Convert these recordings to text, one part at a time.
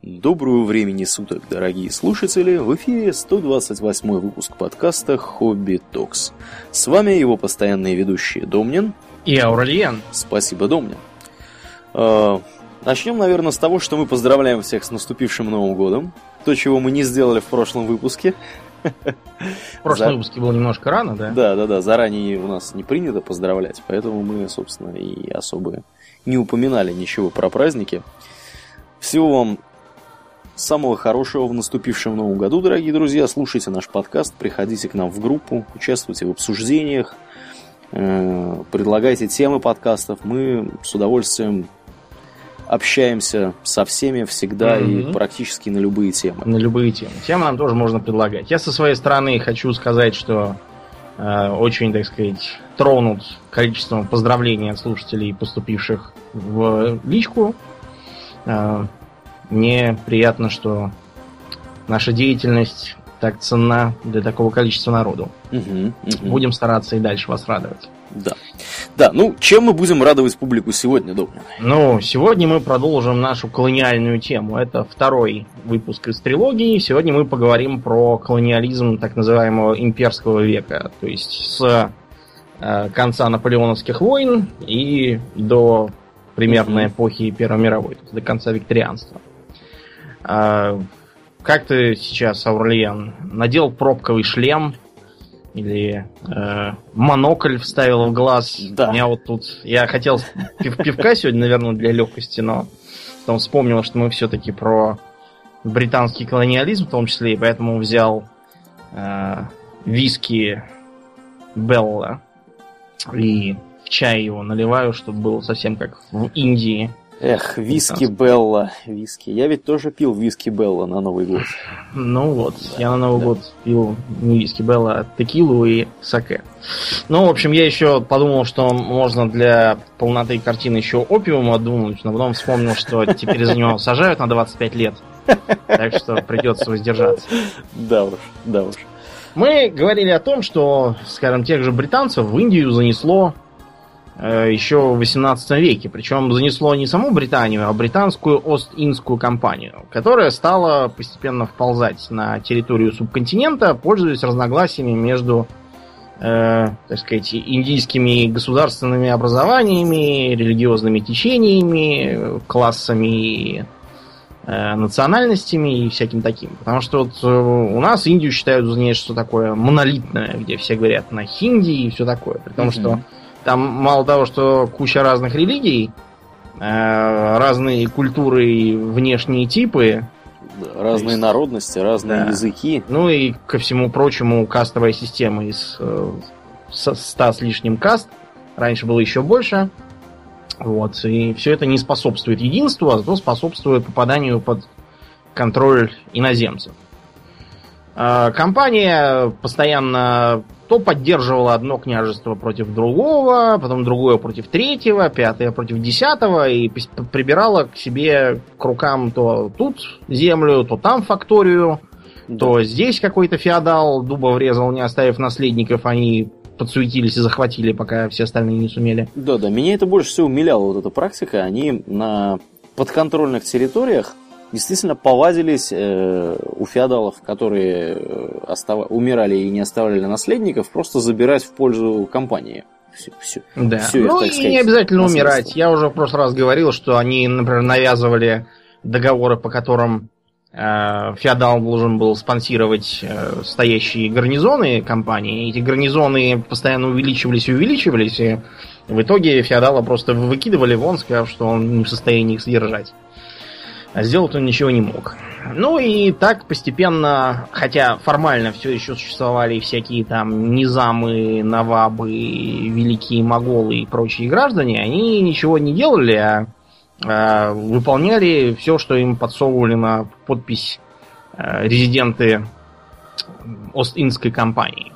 Доброго времени суток, дорогие слушатели! В эфире 128 выпуск подкаста «Хобби Токс». С вами его постоянные ведущие Домнин и Аурельян. Спасибо, Домнин. Начнем, наверное, с того, что мы поздравляем всех с наступившим Новым годом. То, чего мы не сделали в прошлом выпуске. В прошлом выпуске было немножко рано, да? Да, заранее у нас не принято поздравлять, поэтому мы, собственно, и особо не упоминали ничего про праздники. Всего вам самого хорошего в наступившем Новом году, дорогие друзья. Слушайте наш подкаст, приходите к нам в группу, участвуйте в обсуждениях, предлагайте темы подкастов. Мы с удовольствием общаемся со всеми всегда и практически на любые темы. На любые темы. Темы нам тоже можно предлагать. Я со своей стороны хочу сказать, что очень, так сказать, тронут количеством поздравлений от слушателей, поступивших в личку. Мне приятно, что наша деятельность так ценна для такого количества народу. Будем стараться и дальше вас радовать. Да, ну, чем мы будем радовать публику сегодня, Домнин? Ну, сегодня мы продолжим нашу колониальную тему. Это второй выпуск из трилогии. Сегодня мы поговорим про колониализм так называемого имперского века. То есть с конца наполеоновских войн и до примерно эпохи Первой мировой, то есть до конца викторианства. Как ты сейчас, Аурельян, надел пробковый шлем или монокль вставил в глаз? Да. У меня вот тут... Я хотел пивка сегодня, наверное, для легкости, но потом вспомнил, что мы все-таки про британский колониализм в том числе, и поэтому взял виски Белла и в чай его наливаю, чтобы было совсем как в Индии. Эх, виски Белла, виски. Я ведь тоже пил виски Белла на Новый год. Ну вот, да, я на Новый год пил не виски Белла, а текилу и саке. Ну, в общем, я еще подумал, что можно для полноты картины еще опиум отдунуть, но потом вспомнил, что теперь за него сажают на 25 лет. Так что придется воздержаться. Да уж. Мы говорили о том, что, скажем, тех же британцев в Индию занесло еще в 18 веке. Причем занесло не саму Британию, а британскую Ост-Индскую компанию, которая стала постепенно вползать на территорию субконтинента, пользуясь разногласиями между, так сказать, индийскими государственными образованиями, религиозными течениями, классами, национальностями и всяким таким. Потому что вот у нас Индию считают за нечто такое монолитное, где все говорят на хинди и все такое. При том, что там мало того, что куча разных религий, разные культуры и внешние типы. Да, разные народности, разные языки. Ну и ко всему прочему кастовая система из 100 с лишним каст. Раньше было еще больше. Вот. И все это не способствует единству, а зато способствует попаданию под контроль иноземцев. Компания постоянно то поддерживала одно княжество против другого, потом другое против третьего, пятое против десятого, и прибирала к себе к рукам то тут землю, то там факторию, то здесь какой-то феодал дуба врезал, не оставив наследников, они подсуетились и захватили, пока все остальные не сумели. Да, меня это больше всего умиляло, вот эта практика. Они на подконтрольных территориях действительно повадились у феодалов, которые умирали и не оставляли наследников, просто забирать в пользу компании. Все да. Ну и не обязательно умирать. Я уже в прошлый раз говорил, что они, например, навязывали договоры, по которым феодал должен был спонсировать стоящие гарнизоны компании. Эти гарнизоны постоянно увеличивались, и в итоге феодала просто выкидывали вон, сказав, что он не в состоянии их содержать. А сделать он ничего не мог. Ну и так постепенно, хотя формально все еще существовали всякие там низамы, навабы, великие моголы и прочие граждане, они ничего не делали, а выполняли все, что им подсовывали на подпись резиденты Ост-Индской компании.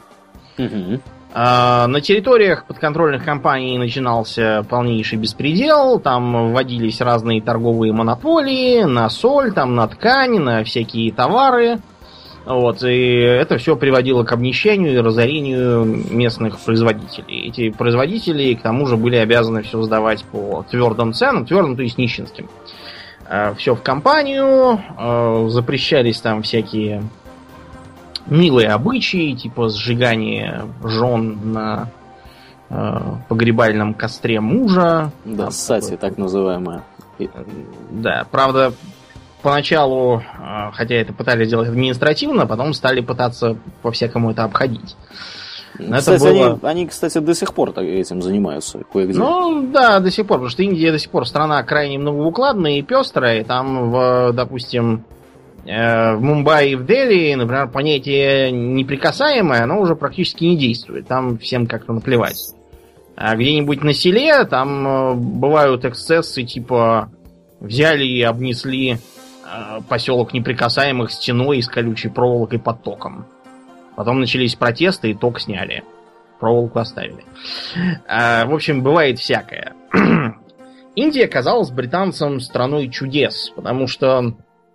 На территориях подконтрольных компаний начинался полнейший беспредел. Там вводились разные торговые монополии на соль, там, на ткань, на всякие товары. Вот, и это все приводило к обнищанию и разорению местных производителей. Эти производители, к тому же, были обязаны все сдавать по твердым ценам, твердым, то есть нищенским. все в компанию, запрещались там всякие милые обычаи, типа сжигание жен на погребальном костре мужа. Да, ссати, так называемая. Да, правда, поначалу, хотя это пытались сделать административно, потом стали пытаться по-всякому это обходить. Кстати, это было... они, кстати, до сих пор этим занимаются кое-где. Ну, да, до сих пор, потому что Индия до сих пор страна крайне многоукладная и пестрая. Там, допустим, в Мумбаи и в Дели, например, понятие неприкасаемое, оно уже практически не действует. Там всем как-то наплевать. А где-нибудь на селе там бывают эксцессы, типа взяли и обнесли поселок неприкасаемых стеной из колючей проволокой под током. Потом начались протесты, и ток сняли. Проволоку оставили. В общем, бывает всякое. Индия казалась британцам страной чудес, потому что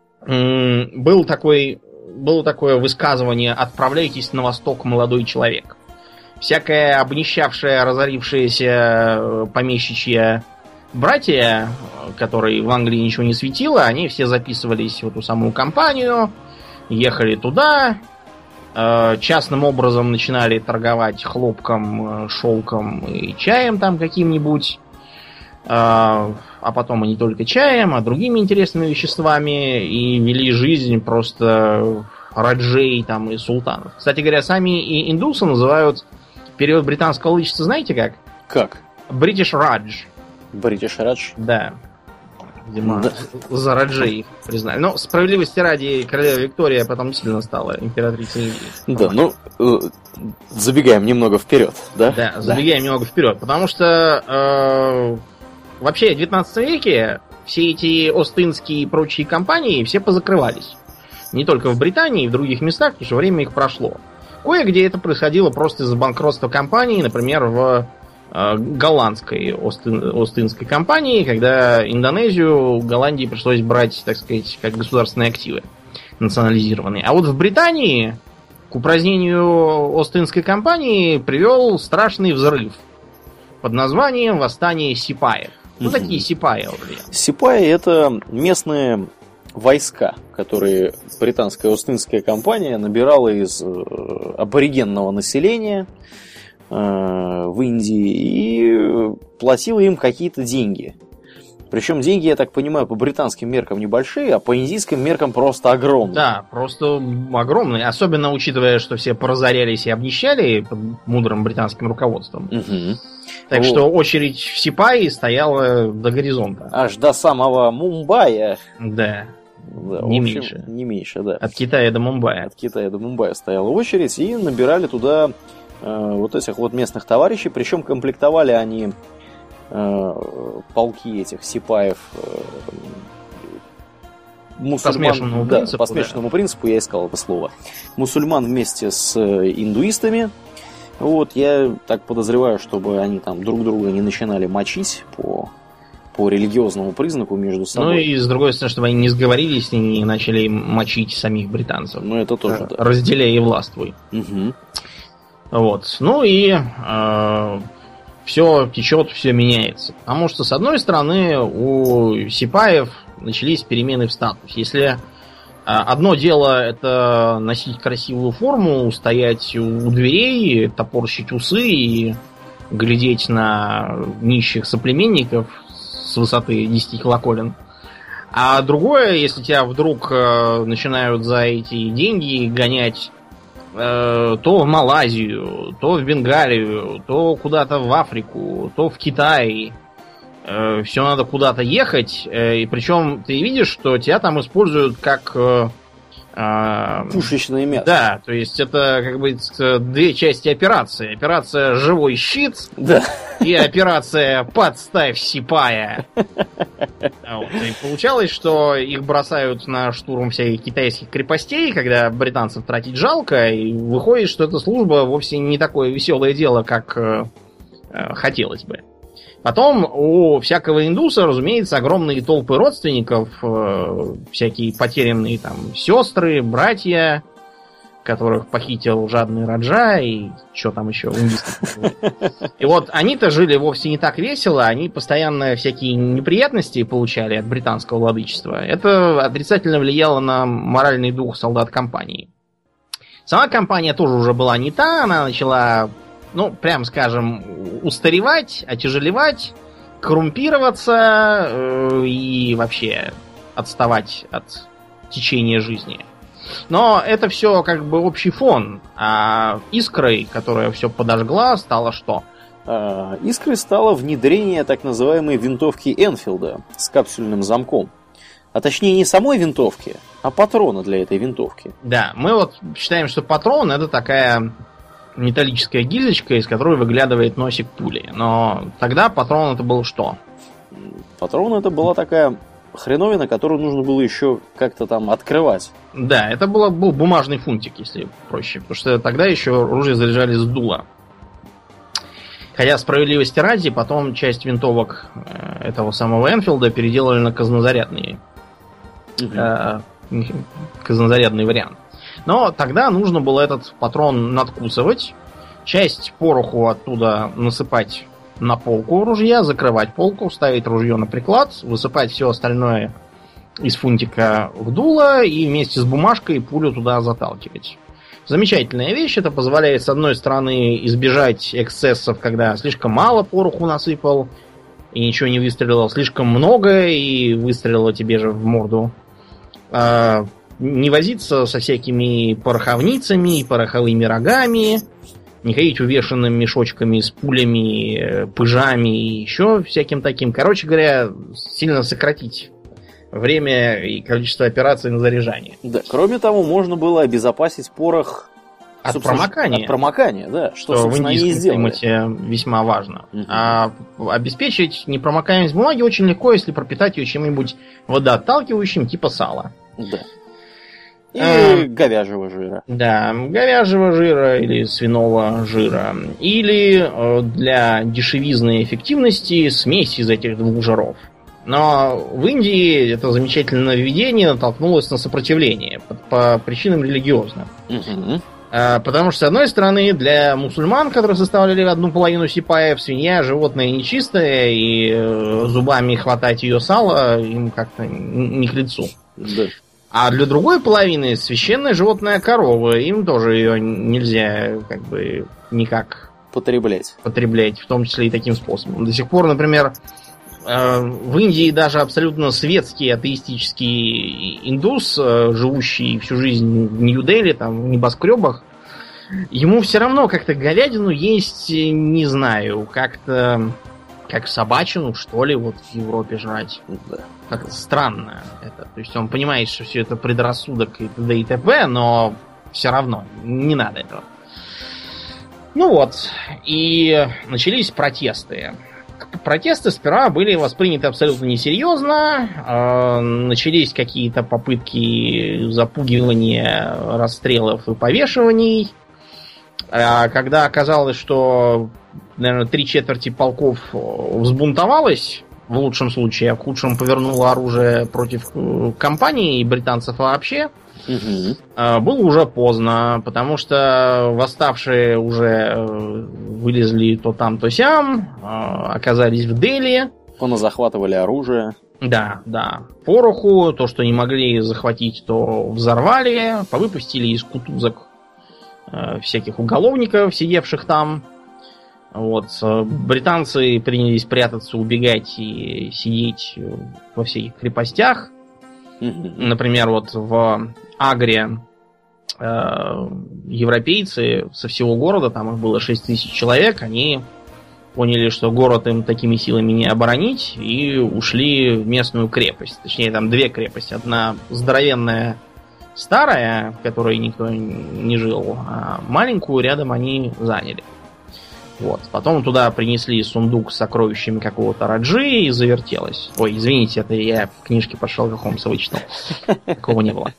было такое высказывание «отправляйтесь на восток, молодой человек». Всякая обнищавшая, разорившаяся помещичья братья, которые в Англии ничего не светило, они все записывались в эту самую компанию, ехали туда, частным образом начинали торговать хлопком, шелком и чаем там каким-нибудь, а потом и не только чаем, а другими интересными веществами, и вели жизнь просто раджей там и султанов. Кстати говоря, сами и индусы называют период британского владычества, знаете как? Как? British Raj. British Raj? Да. Видимо, за раджей их признали. Но справедливости ради, королева Виктория потом действительно стала императрицей Индии. Да, забегаем немного вперед, да? Да, забегаем немного вперед, потому что вообще в 19 веке все эти Остинские и прочие компании все позакрывались. Не только в Британии, и в других местах, потому что время их прошло. Кое-где это происходило просто из-за банкротства компании, например, в голландской Остинской компании, когда Индонезию Голландии пришлось брать, так сказать, как государственные активы национализированные. А вот в Британии к упразднению Остинской компании привел страшный взрыв под названием «Восстание сипаев». Что такие сипаи? Сипаи — это местные войска, которые британская Остинская компания набирала из аборигенного населения в Индии и платила им какие-то деньги. Причем деньги, я так понимаю, по британским меркам небольшие, а по индийским меркам просто огромные. Да, просто огромные. Особенно учитывая, что все поразорялись и обнищали под мудрым британским руководством. Угу. Так что очередь в Сипаи стояла до горизонта. Аж до самого Мумбаи. Да. Да, не общем, меньше. Не меньше, да. От Китая до Мумбаи. От Китая до Мумбаи стояла очередь, и набирали туда вот этих вот местных товарищей. Причем комплектовали они полки этих сипаев мусульман, по смешанному принципу, я искал это слово. Мусульман вместе с индуистами. Вот, я так подозреваю, чтобы они там друг друга не начинали мочить по религиозному признаку между собой. Ну и с другой стороны, чтобы они не сговорились и не начали мочить самих британцев. Ну это тоже, да. Разделяя и властвуй. Угу. Вот. Ну и все течет, все меняется. Потому что, с одной стороны, у сипаев начались перемены в статусе. Если одно дело это носить красивую форму, стоять у дверей, топорщить усы и глядеть на нищих соплеменников с высоты 10 колоколен. А другое, если тебя вдруг начинают за эти деньги гонять то в Малайзию, то в Бенгалию, то куда-то в Африку, то в Китай. Все надо куда-то ехать. И причем ты видишь, что тебя там используют как пушечное мясо. Да, то есть это как бы две части операции. Операция «Живой щит», да, и операция «Подставь сипая». Вот. И получалось, что их бросают на штурм всяких китайских крепостей, когда британцев тратить жалко, и выходит, что эта служба вовсе не такое веселое дело, как хотелось бы. Потом у всякого индуса, разумеется, огромные толпы родственников, всякие потерянные там сестры, братья, которых похитил жадный Раджа, и что там еще в индийском. И вот они-то жили вовсе не так весело, они постоянно всякие неприятности получали от британского владычества. Это отрицательно влияло на моральный дух солдат компании. Сама компания тоже уже была не та, она начала, ну, прям скажем, устаревать, отяжелевать, коррумпироваться и вообще отставать от течения жизни. Но это все как бы общий фон. А искрой, которая все подожгла, стало что? Искрой стало внедрение так называемой винтовки Энфилда с капсульным замком. А точнее не самой винтовки, а патрона для этой винтовки. Да, мы вот считаем, что патрон это такая металлическая гильзочка, из которой выглядывает носик пули. Но тогда патрон это был что? Патрон это была такая хреновина, которую нужно было еще как-то там открывать. Да, это был бумажный фунтик, если проще. Потому что тогда еще оружие заряжали с дула. Хотя, справедливости ради, потом часть винтовок этого самого Энфилда переделали на казнозарядный вариант. Но тогда нужно было этот патрон надкусывать, часть пороху оттуда насыпать на полку ружья, закрывать полку, ставить ружье на приклад, высыпать все остальное из фунтика в дуло и вместе с бумажкой пулю туда заталкивать. Замечательная вещь, это позволяет, с одной стороны, избежать эксцессов, когда слишком мало пороху насыпал и ничего не выстрелило, слишком много и выстрелило тебе же в морду. Не возиться со всякими пороховницами и пороховыми рогами, не ходить увешанным мешочками с пулями, пыжами и еще всяким таким. Короче говоря, сильно сократить время и количество операций на заряжание. Да, кроме того, можно было обезопасить порох от промокания. От промокания, да. Что в индийском климате весьма важно. А обеспечить непромокаемость бумаги очень легко, если пропитать ее чем-нибудь водоотталкивающим, типа сала. Да. И говяжьего жира. Да, говяжьего жира или свиного жира. Или для дешевизны и эффективности смесь из этих двух жиров. Но в Индии это замечательное нововведение натолкнулось на сопротивление по причинам религиозным. Потому что, с одной стороны, для мусульман, которые составляли одну половину сипаев, свинья животное нечистое, и зубами хватать ее сало им как-то не к лицу. Да. А для другой половины священное животное корова, им тоже ее нельзя как бы никак потреблять, в том числе и таким способом. До сих пор, например, в Индии даже абсолютно светский атеистический индус, живущий всю жизнь в Нью-Дели, там, в небоскребах, ему все равно как-то говядину есть, не знаю, как-то как собачину, что ли, вот в Европе жрать. Да. Как-то странно это. То есть он понимает, что все это предрассудок и т.д. и т.п., но все равно не надо этого. Ну вот, и начались протесты. Протесты сперва были восприняты абсолютно несерьезно. Начались какие-то попытки запугивания, расстрелов и повешиваний. Когда оказалось, что, наверное, 3/4 полков взбунтовалось, в лучшем случае, а в худшем повернуло оружие против компании и британцев вообще, было уже поздно, потому что восставшие уже вылезли то там, то сям, оказались в Дели. Поназахватывали оружие. Да, да. Пороху, то, что не могли захватить, то взорвали, повыпустили из кутузок всяких уголовников, сидевших там. Вот. Британцы принялись прятаться, убегать и сидеть во всех крепостях. Например, вот в Агре европейцы со всего города, там их было 6 тысяч человек, они поняли, что город им такими силами не оборонить, и ушли в местную крепость. Точнее, там две крепости. Одна здоровенная старая, в которой никто не жил, а маленькую рядом они заняли. Вот. Потом туда принесли сундук с сокровищами какого-то Раджи и завертелось. Ой, извините, это я книжки по Шерлоку Холмсу вычитал. Такого не было.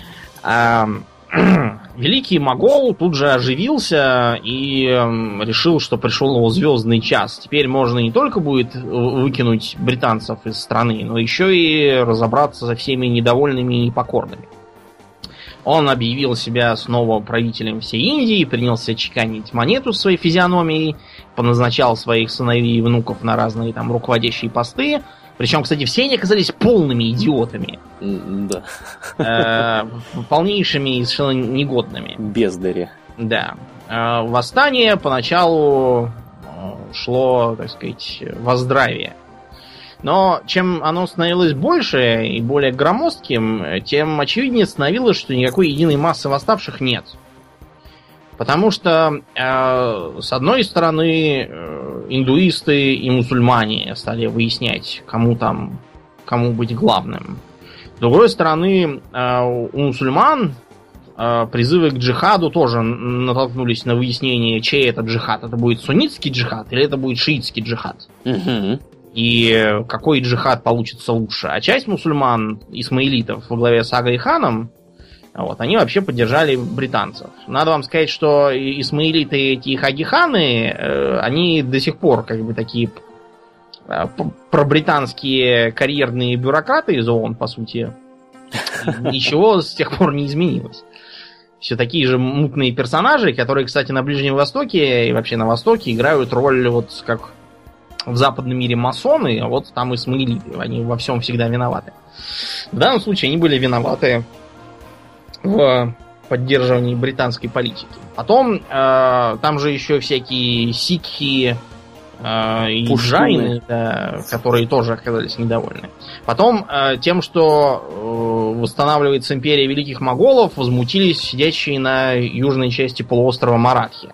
Великий Могол тут же оживился и решил, что пришел его звездный час. Теперь можно не только будет выкинуть британцев из страны, но еще и разобраться со всеми недовольными и покорными. Он объявил себя снова правителем всей Индии, принялся чеканить монету своей физиономией, поназначал своих сыновей и внуков на разные там руководящие посты. Причем, кстати, все они оказались полными идиотами. Да. Полнейшими и совершенно негодными. Бездари. Да. Восстание поначалу шло, так сказать, во здравие. Но чем оно становилось больше и более громоздким, тем очевиднее становилось, что никакой единой массы восставших нет. Потому что, с одной стороны, индуисты и мусульмане стали выяснять, кому быть главным. С другой стороны, у мусульман призывы к джихаду тоже натолкнулись на выяснение, чей это джихад. Это будет суннитский джихад или это будет шиитский джихад. Угу. И какой джихад получится лучше. А часть мусульман, исмаилитов во главе с Агой ханом, вот, они вообще поддержали британцев. Надо вам сказать, что исмаилиты эти Хаги-ханы, они до сих пор как бы такие пробританские карьерные бюрократы из ООН, по сути. Ничего с тех пор не изменилось. Все такие же мутные персонажи, которые, кстати, на Ближнем Востоке и вообще на Востоке играют роль вот как в западном мире масоны, а вот там исмаилиты. Они во всем всегда виноваты. В данном случае они были виноваты в поддерживании британской политики. Потом там же еще всякие сикхи и джайны, да, которые тоже оказались недовольны. Потом тем, что восстанавливается империя великих моголов, возмутились сидящие на южной части полуострова Маратхи.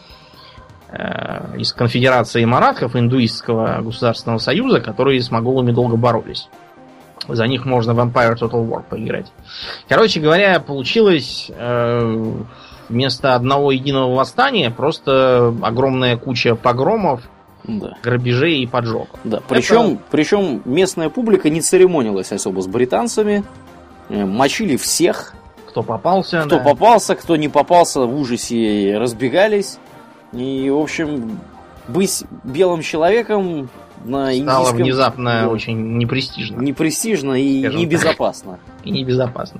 Из конфедерации маратхов, индуистского государственного союза, которые с моголами долго боролись. За них можно в Empire Total War поиграть. Короче говоря, получилось вместо одного единого восстания просто огромная куча погромов, да, грабежей и поджогов. Да, причем местная публика не церемонилась особо с британцами, мочили всех. Кто попался. Кто попался, кто не попался, в ужасе разбегались. И, в общем, быть белым человеком на индийском... Стало внезапно очень непрестижно. Непрестижно и небезопасно. И небезопасно.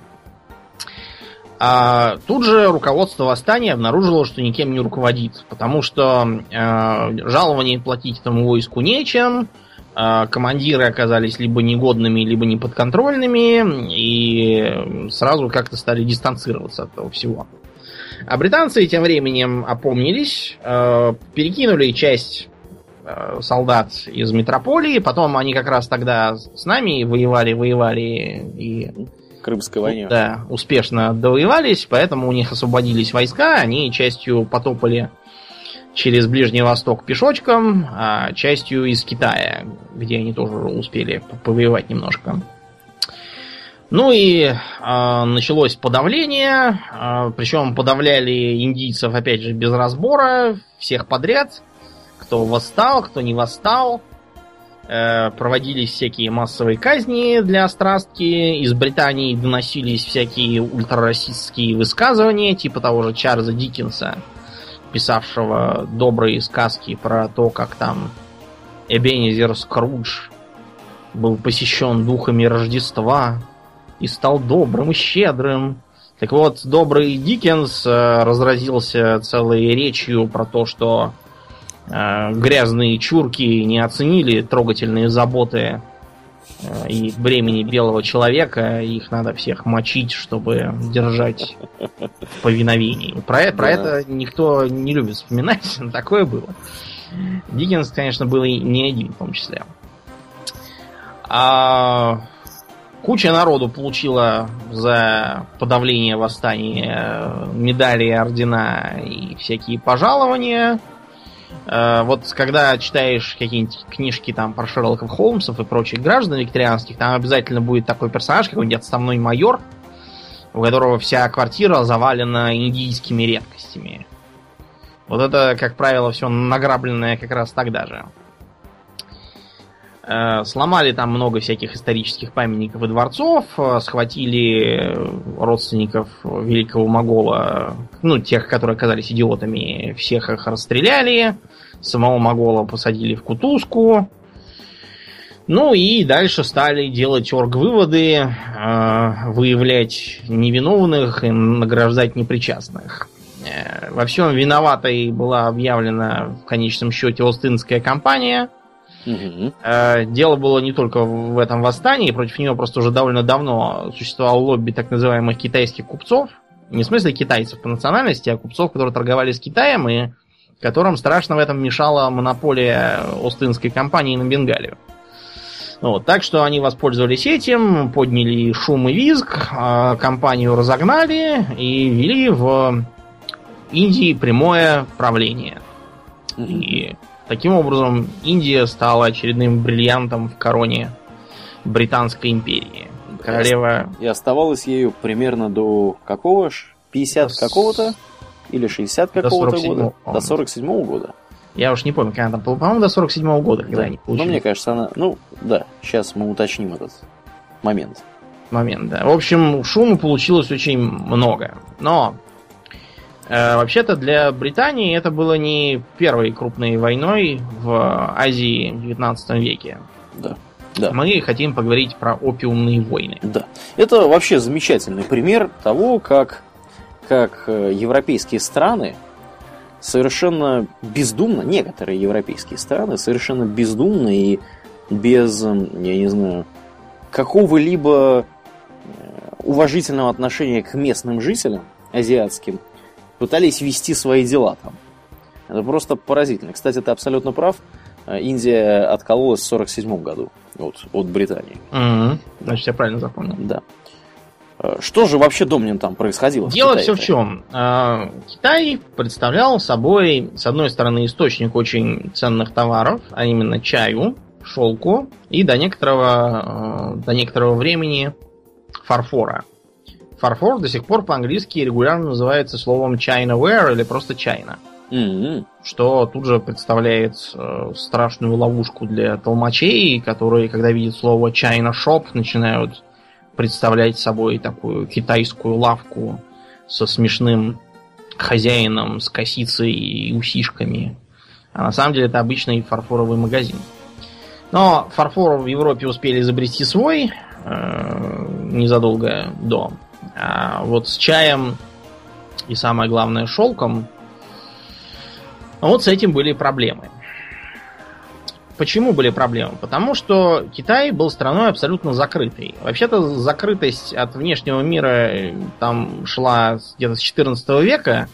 А тут же руководство восстания обнаружило, что никем не руководит. Потому что жалование платить этому войску нечем. Командиры оказались либо негодными, либо неподконтрольными. И сразу как-то стали дистанцироваться от этого всего. А британцы тем временем опомнились, перекинули часть солдат из метрополии, потом они как раз тогда с нами воевали и... Крымской войне. Да, успешно довоевались, поэтому у них освободились войска, они частью потопали через Ближний Восток пешочком, а частью из Китая, где они тоже успели повоевать немножко. Ну и началось подавление, причем подавляли индийцев, опять же, без разбора, всех подряд, кто восстал, кто не восстал. Проводились всякие массовые казни для острастки, из Британии доносились всякие ультрарасистские высказывания, типа того же Чарльза Диккенса, писавшего добрые сказки про то, как там Эбенезер Скрудж был посещен духами Рождества и стал добрым и щедрым. Так вот, добрый Диккенс разразился целой речью про то, что грязные чурки не оценили трогательные заботы и бремени белого человека, их надо всех мочить, чтобы держать в повиновении. Про это никто не любит вспоминать, но такое было. Диккенс, конечно, был и не один в том числе. Куча народу получила за подавление восстания медали, ордена и всякие пожалования. Вот когда читаешь какие-нибудь книжки там про Шерлоков Холмсов и прочих граждан викторианских, там обязательно будет такой персонаж, какой-нибудь отставной майор, у которого вся квартира завалена индийскими редкостями. Вот это, как правило, все награбленное как раз тогда же. Сломали там много всяких исторических памятников и дворцов, схватили родственников великого могола, ну, тех, которые оказались идиотами, всех их расстреляли, самого могола посадили в кутузку. Ну и дальше стали делать оргвыводы, выявлять невиновных и награждать непричастных. Во всем виноватой была объявлена в конечном счете Остинская компания. Угу. Дело было не только в этом восстании, против него просто уже довольно давно существовал лобби так называемых китайских купцов. Не в смысле китайцев по национальности, а купцов, которые торговали с Китаем и которым страшно в этом мешала монополия Остинской компании на Бенгалию. Вот, так что они воспользовались этим, подняли шум и визг, компанию разогнали и ввели в Индии прямое правление. И таким образом Индия стала очередным бриллиантом в короне Британской империи. Королева... И оставалась ею примерно до какого ж? 50 какого-то? Или 60 какого-то года? До 47-го года. Я уж не помню, когда там было. По-моему, до 47-го года, когда они получили. Ну, мне кажется, она... Ну, да, сейчас мы уточним этот момент. Да. В общем, шума получилось очень много. Но вообще-то для Британии это было не первой крупной войной в Азии в 19 веке. Да. Мы хотим поговорить про опиумные войны. Да. Это вообще замечательный пример того, как европейские страны совершенно бездумно, некоторые европейские страны совершенно бездумно и без, я не знаю, какого-либо уважительного отношения к местным жителям азиатским пытались вести свои дела там. Это просто поразительно. Кстати, ты абсолютно прав. Индия откололась в 1947 году от Британии. Значит, я правильно запомнил. Да. Что же вообще, Домнин, там происходило? Дело все в чем. Китай представлял собой, с одной стороны, источник очень ценных товаров, а именно чаю, шелку и до некоторого времени фарфора. Фарфор до сих пор по-английски регулярно называется словом Chinaware или просто China. Что тут же представляет страшную ловушку для толмачей, которые, когда видят слово China Shop, начинают представлять собой такую китайскую лавку со смешным хозяином, с косицей и усишками. А на самом деле это обычный фарфоровый магазин. Но фарфор в Европе успели изобрести свой незадолго до. А вот с чаем и, самое главное, шелком, вот с этим были проблемы. Почему были проблемы? Потому что Китай был страной абсолютно закрытой. Вообще-то закрытость от внешнего мира там шла где-то с 14 века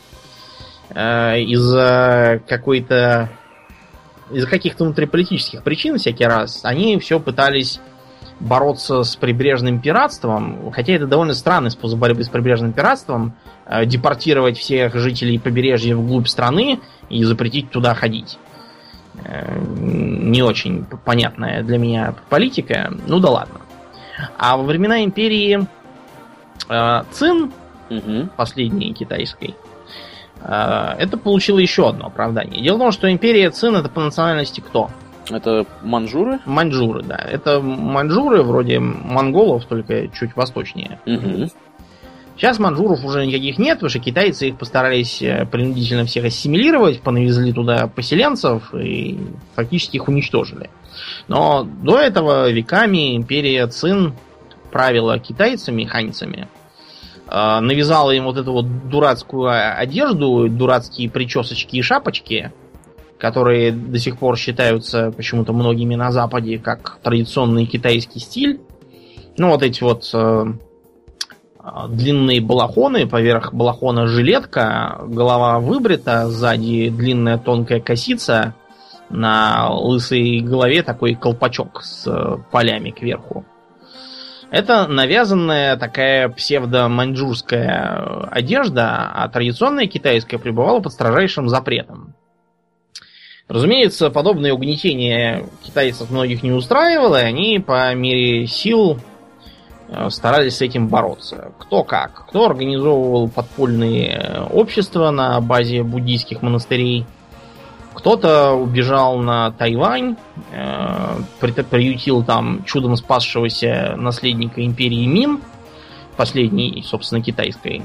из-за каких-то внутриполитических причин всякий раз. Они все пытались бороться с прибрежным пиратством, хотя это довольно странный способ борьбы с прибрежным пиратством, депортировать всех жителей побережья вглубь страны и запретить туда ходить. Не очень понятная для меня политика, ну да ладно. А во времена империи Цин, последней китайской, это получило еще одно оправдание. Дело в том, что империя Цин это по национальности кто? Это маньчжуры? Маньчжуры, да. Это маньчжуры вроде монголов, только чуть восточнее. Сейчас маньчжуров уже никаких нет, потому что китайцы их постарались принудительно всех ассимилировать, понавезли туда поселенцев и фактически их уничтожили. Но до этого веками империя Цин правила китайцами, ханьцами, навязала им вот эту вот дурацкую одежду, дурацкие причесочки и шапочки, которые до сих пор считаются почему-то многими на Западе как традиционный китайский стиль. Ну, вот эти вот длинные балахоны, поверх балахона жилетка, голова выбрита, сзади длинная тонкая косица, на лысой голове такой колпачок с полями кверху. Это навязанная такая псевдо-маньчжурская одежда, а традиционная китайская пребывала под строжайшим запретом. Разумеется, подобное угнетение китайцев многих не устраивало, и они по мере сил старались с этим бороться. Кто как. Кто организовывал подпольные общества на базе буддийских монастырей. Кто-то убежал на Тайвань, приютил там чудом спасшегося наследника империи Мин, последней, собственно, китайской,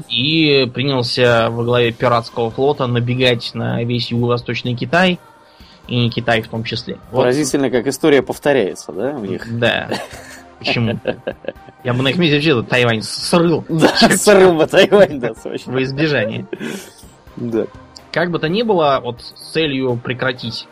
и принялся во главе пиратского флота набегать на весь юго-восточный Китай И не Китай в том числе. Поразительно, как история повторяется, да, у них? Да. Почему? Я бы на их месте вообще Тайвань срыл. Да, срыл бы Тайвань, да, точно. Во избежание. Да. Как бы то ни было, вот с целью прекратить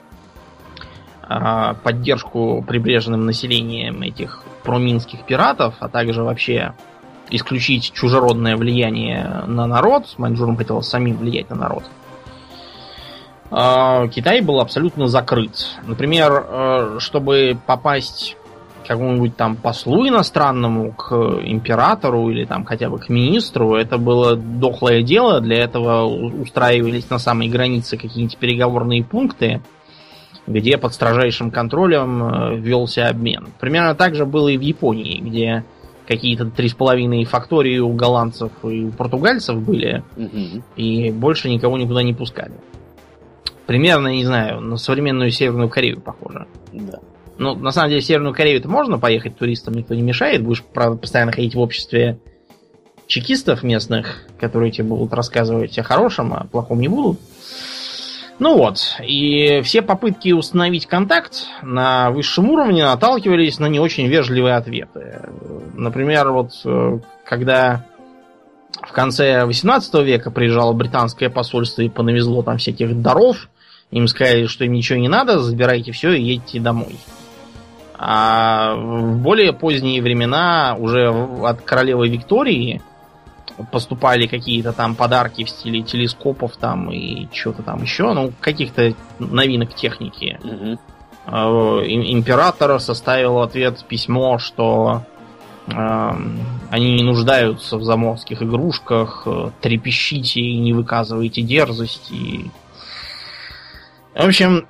поддержку прибрежным населением этих проминских пиратов, а также вообще исключить чужеродное влияние на народ, маньчжурам хотелось самим влиять на народ, Китай был абсолютно закрыт. Например, чтобы попасть к какому-нибудь там послу иностранному, к императору или там хотя бы к министру, это было дохлое дело. Для этого устраивались на самой границе какие-нибудь переговорные пункты, где под строжайшим контролем велся обмен. Примерно так же было и в Японии, где какие-то 3,5 фактории у голландцев и у португальцев были, и больше никого никуда не пускали. Примерно, не знаю, на современную Северную Корею похоже. Да. Ну, на самом деле, в Северную Корею-то можно поехать туристам, никто не мешает. Будешь, правда, постоянно ходить в обществе чекистов местных, которые тебе будут рассказывать о хорошем, а о плохом не будут. Ну вот, и все попытки установить контакт на высшем уровне наталкивались на не очень вежливые ответы. Например, вот когда в конце 18 века приезжало британское посольство и понавезло там всяких даров, им сказали, что им ничего не надо, забирайте все и едьте домой. А в более поздние времена уже от королевы Виктории поступали какие-то там подарки в стиле телескопов там и что-то там еще, ну, каких-то новинок техники. Император составил в ответ письмо, что они не нуждаются в заморских игрушках, трепещите и не выказывайте дерзости. В общем,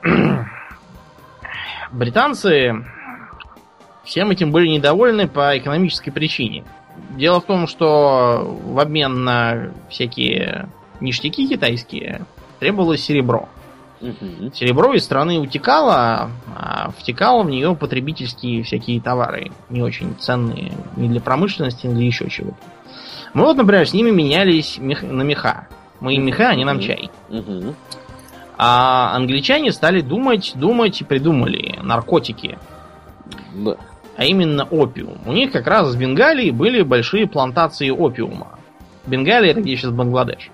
британцы всем этим были недовольны по экономической причине. Дело в том, что в обмен на всякие ништяки китайские требовалось серебро. Серебро из страны утекало, а втекало в нее потребительские всякие товары, не очень ценные ни для промышленности, ни для еще чего-то. Мы вот, например, с ними менялись на меха. Мы им меха, они нам чай. А англичане стали думать и придумали наркотики. Да. А именно опиум. У них как раз в Бенгалии были большие плантации опиума. Бенгалия — это где сейчас Бангладеш.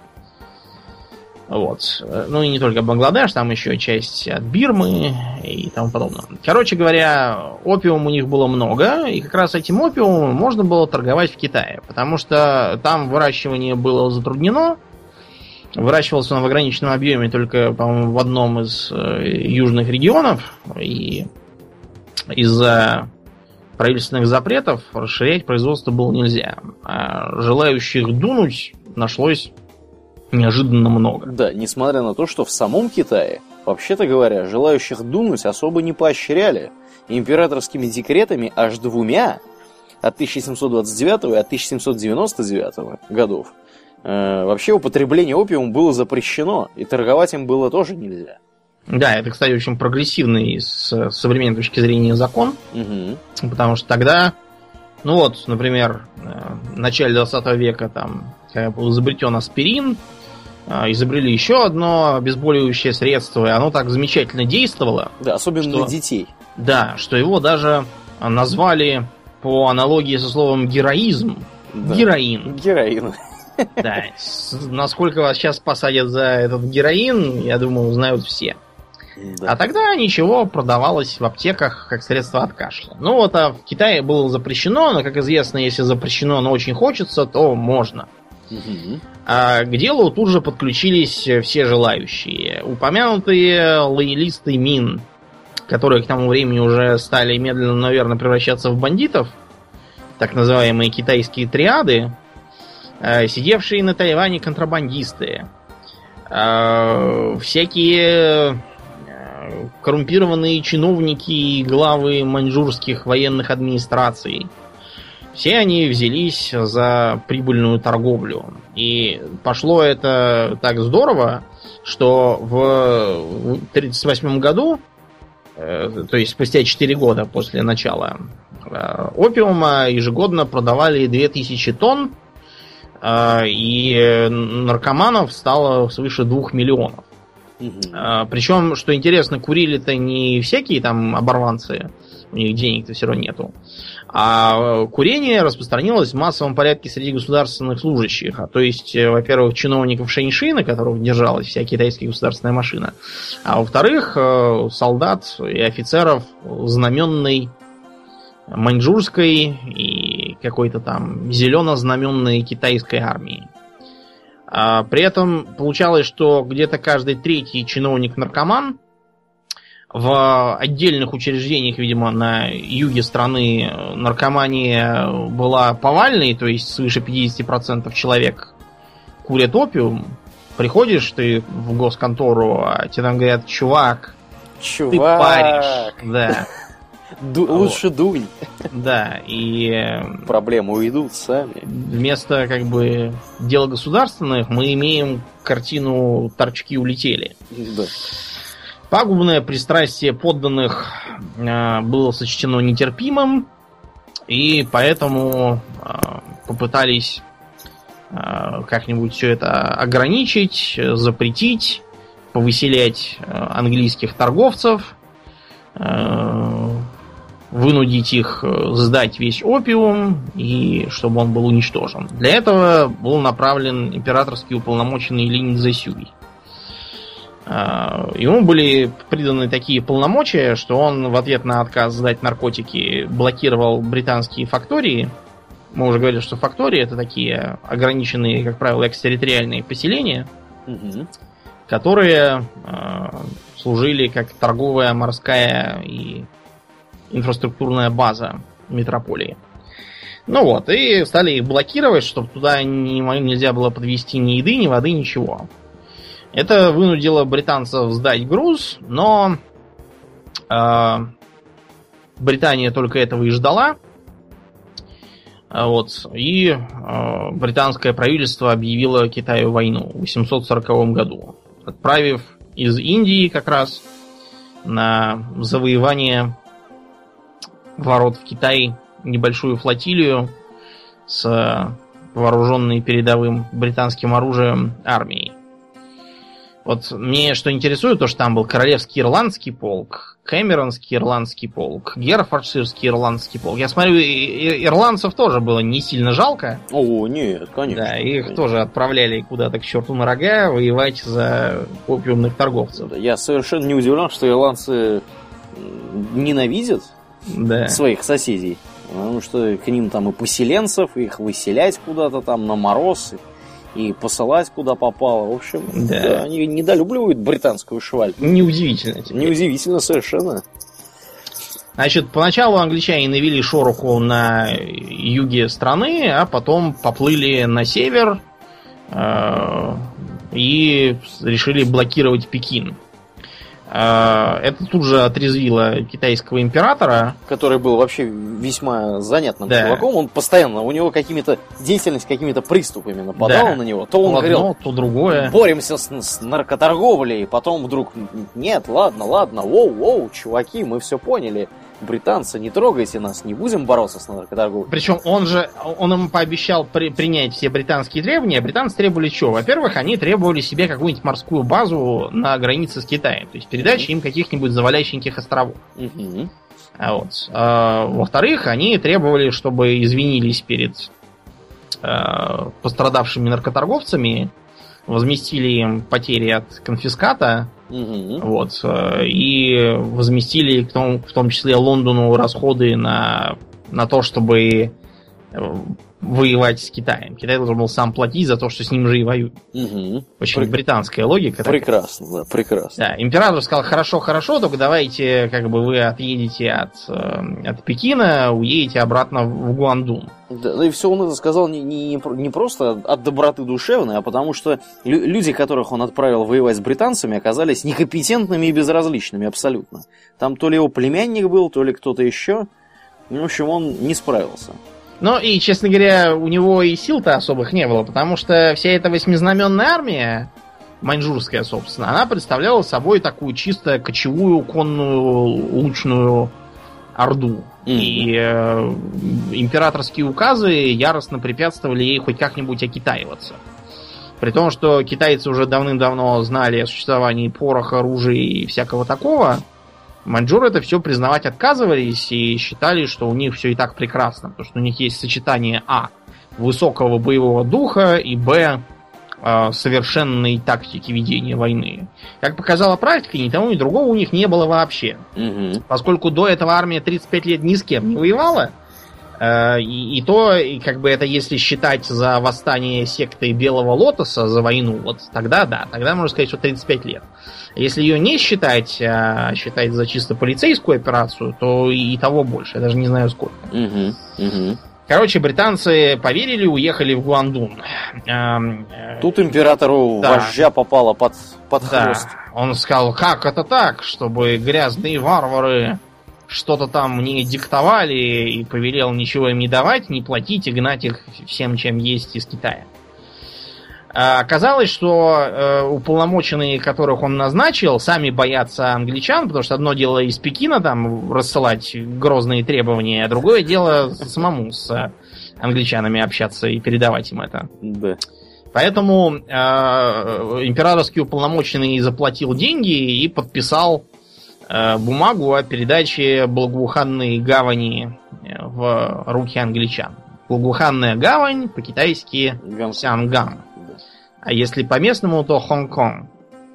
Вот. Ну и не только Бангладеш, там еще часть от Бирмы и тому подобное. Короче говоря, опиума у них было много, и как раз этим опиумом можно было торговать в Китае, потому что там выращивание было затруднено. Выращивался он в ограниченном объеме только, по-моему, в одном из южных регионов, и из-за правительственных запретов расширять производство было нельзя. А желающих дунуть нашлось неожиданно много. Да, несмотря на то, что в самом Китае, вообще-то говоря, желающих дунуть особо не поощряли. Императорскими декретами аж двумя, от 1729 и от 1799 годов, вообще употребление опиума было запрещено, и торговать им было тоже нельзя. Да, это, кстати, очень прогрессивный с современной точки зрения закон, потому что тогда, ну вот, например, в начале 20 века там, когда был изобретен аспирин, изобрели еще одно обезболивающее средство, и оно так замечательно действовало. Да, особенно на детей. Да, что его даже назвали по аналогии со словом героизм. Да. Героин. Героин. Да, насколько вас сейчас посадят за этот героин, я думаю, знают все. Да. А тогда ничего, продавалось в аптеках как средство от кашля. Ну вот, а в Китае было запрещено, но, как известно, если запрещено, но очень хочется, то можно. А к делу тут же подключились все желающие. Упомянутые лоялисты Мин, которые к тому времени уже стали медленно, наверное, превращаться в бандитов, так называемые китайские триады, сидевшие на Тайване контрабандисты, всякие коррумпированные чиновники и главы маньчжурских военных администраций. Все они взялись за прибыльную торговлю. И пошло это так здорово, что в 1938 году, то есть спустя 4 года после начала опиума, ежегодно продавали 2000 тонн, и наркоманов стало свыше 2 миллионов. Причем, что интересно, курили-то не всякие там оборванцы, у них денег-то все равно нету. А курение распространилось в массовом порядке среди государственных служащих. То есть, во-первых, чиновников Шэньши, на которых держалась вся китайская государственная машина. А во-вторых, солдат и офицеров знаменной маньчжурской и какой-то там зелено-знаменной китайской армии. При этом получалось, что где-то каждый третий чиновник-наркоман в отдельных учреждениях, видимо, на юге страны наркомания была повальной, то есть свыше 50% человек курят опиум. Приходишь ты в госконтору, а тебе там говорят: чувак, ты паришь. Да. Лучше дунь. Да, и... Проблемы уйдут сами. Вместо, как бы, дел государственных мы имеем картину «Торчки улетели». Да. Пагубное пристрастие подданных было сочтено нетерпимым, и поэтому попытались как-нибудь все это ограничить, запретить, повыселять английских торговцев, вынудить их сдать весь опиум, и чтобы он был уничтожен. Для этого был направлен императорский уполномоченный Линь Цзэсюй. Ему были приданы такие полномочия, что он в ответ на отказ сдать наркотики блокировал британские фактории. Мы уже говорили, что фактории — это такие ограниченные, как правило, экстерриториальные поселения, которые служили как торговая, морская и инфраструктурная база метрополии. Ну вот, и стали их блокировать, чтобы туда нельзя было подвезти ни еды, ни воды, ничего. Это вынудило британцев сдать груз, но Британия только этого и ждала. Вот, и британское правительство объявило Китаю войну в 840 году, отправив из Индии как раз на завоевание ворот в Китай небольшую флотилию с вооруженной передовым британским оружием армией. Вот мне что интересует, то что там был Королевский ирландский полк, Кэмеронский ирландский полк, Герфордширский ирландский полк. Я смотрю, ирландцев тоже было не сильно жалко. О, нет, конечно. Да, их тоже отправляли куда-то к черту на рога воевать за опиумных торговцев. Я совершенно не удивлен, что ирландцы ненавидят своих соседей. Потому что к ним там и поселенцев, их выселять куда-то там на мороз, и посылать куда попало. В общем, да, они недолюбливают британскую шваль. Неудивительно. Неудивительно совершенно. Значит, поначалу англичане навели шороху на юге страны, а потом поплыли на север и решили блокировать Пекин. Это тут же отрезвило китайского императора. Который был вообще весьма занятным чуваком. Он постоянно, у него деятельность какими-то приступами нападала на него. То он говорил, то другое. Боремся с наркоторговлей. Потом вдруг, нет, ладно, воу, чуваки, мы все поняли. Британцы, не трогайте нас, не будем бороться с наркоторговлей. Причем он им пообещал принять все британские требования. Британцы требовали чего? Во-первых, они требовали себе какую-нибудь морскую базу на границе с Китаем. То есть передачи им каких-нибудь завалященьких островов. Во-вторых, они требовали, чтобы извинились перед пострадавшими наркоторговцами, возместили им потери от конфиската, и возместили в том числе Лондону расходы на то, чтобы воевать с Китаем. Китай должен был сам платить за то, что с ним же и воюют. Очень британская логика. Прекрасно, да, прекрасно. Да, император сказал: хорошо, только давайте вы отъедете от Пекина, уедете обратно в Гуандун. Да, и все он это сказал не просто от доброты душевной, а потому что люди, которых он отправил воевать с британцами, оказались некомпетентными и безразличными абсолютно. Там то ли его племянник был, то ли кто-то еще. В общем, он не справился. Ну и, честно говоря, у него и сил-то особых не было, потому что вся эта восьмизнаменная армия, маньчжурская, собственно, она представляла собой такую чисто кочевую, конную, лучную орду. И императорские указы яростно препятствовали ей хоть как-нибудь окитаиваться. При том, что китайцы уже давным-давно знали о существовании пороха, оружия и всякого такого, маньчжуры это все признавать отказывались и считали, что у них все и так прекрасно. Потому что у них есть сочетание высокого боевого духа и совершенной тактики ведения войны. Как показала практика, ни того, ни другого у них не было вообще. Поскольку до этого армия 35 лет ни с кем не воевала, и как бы это если считать за восстание секты Белого Лотоса, за войну, вот тогда да, тогда можно сказать, что 35 лет. Если ее не считать, а считать за чисто полицейскую операцию, то и того больше, я даже не знаю сколько. Короче, британцы поверили, уехали в Гуандун. Тут императору вожжа попала под хвост. Он сказал, как это так, чтобы грязные варвары что-то там мне диктовали, и повелел ничего им не давать, не платить и гнать их всем, чем есть из Китая. Оказалось, что уполномоченные, которых он назначил, сами боятся англичан, потому что одно дело из Пекина там рассылать грозные требования, а другое дело самому с англичанами общаться и передавать им это. Да. Поэтому императорский уполномоченный заплатил деньги и подписал бумагу о передаче Благоуханной гавани в руки англичан. Благоуханная гавань, по-китайски Сянган. А если по-местному, то Хонг-Конг.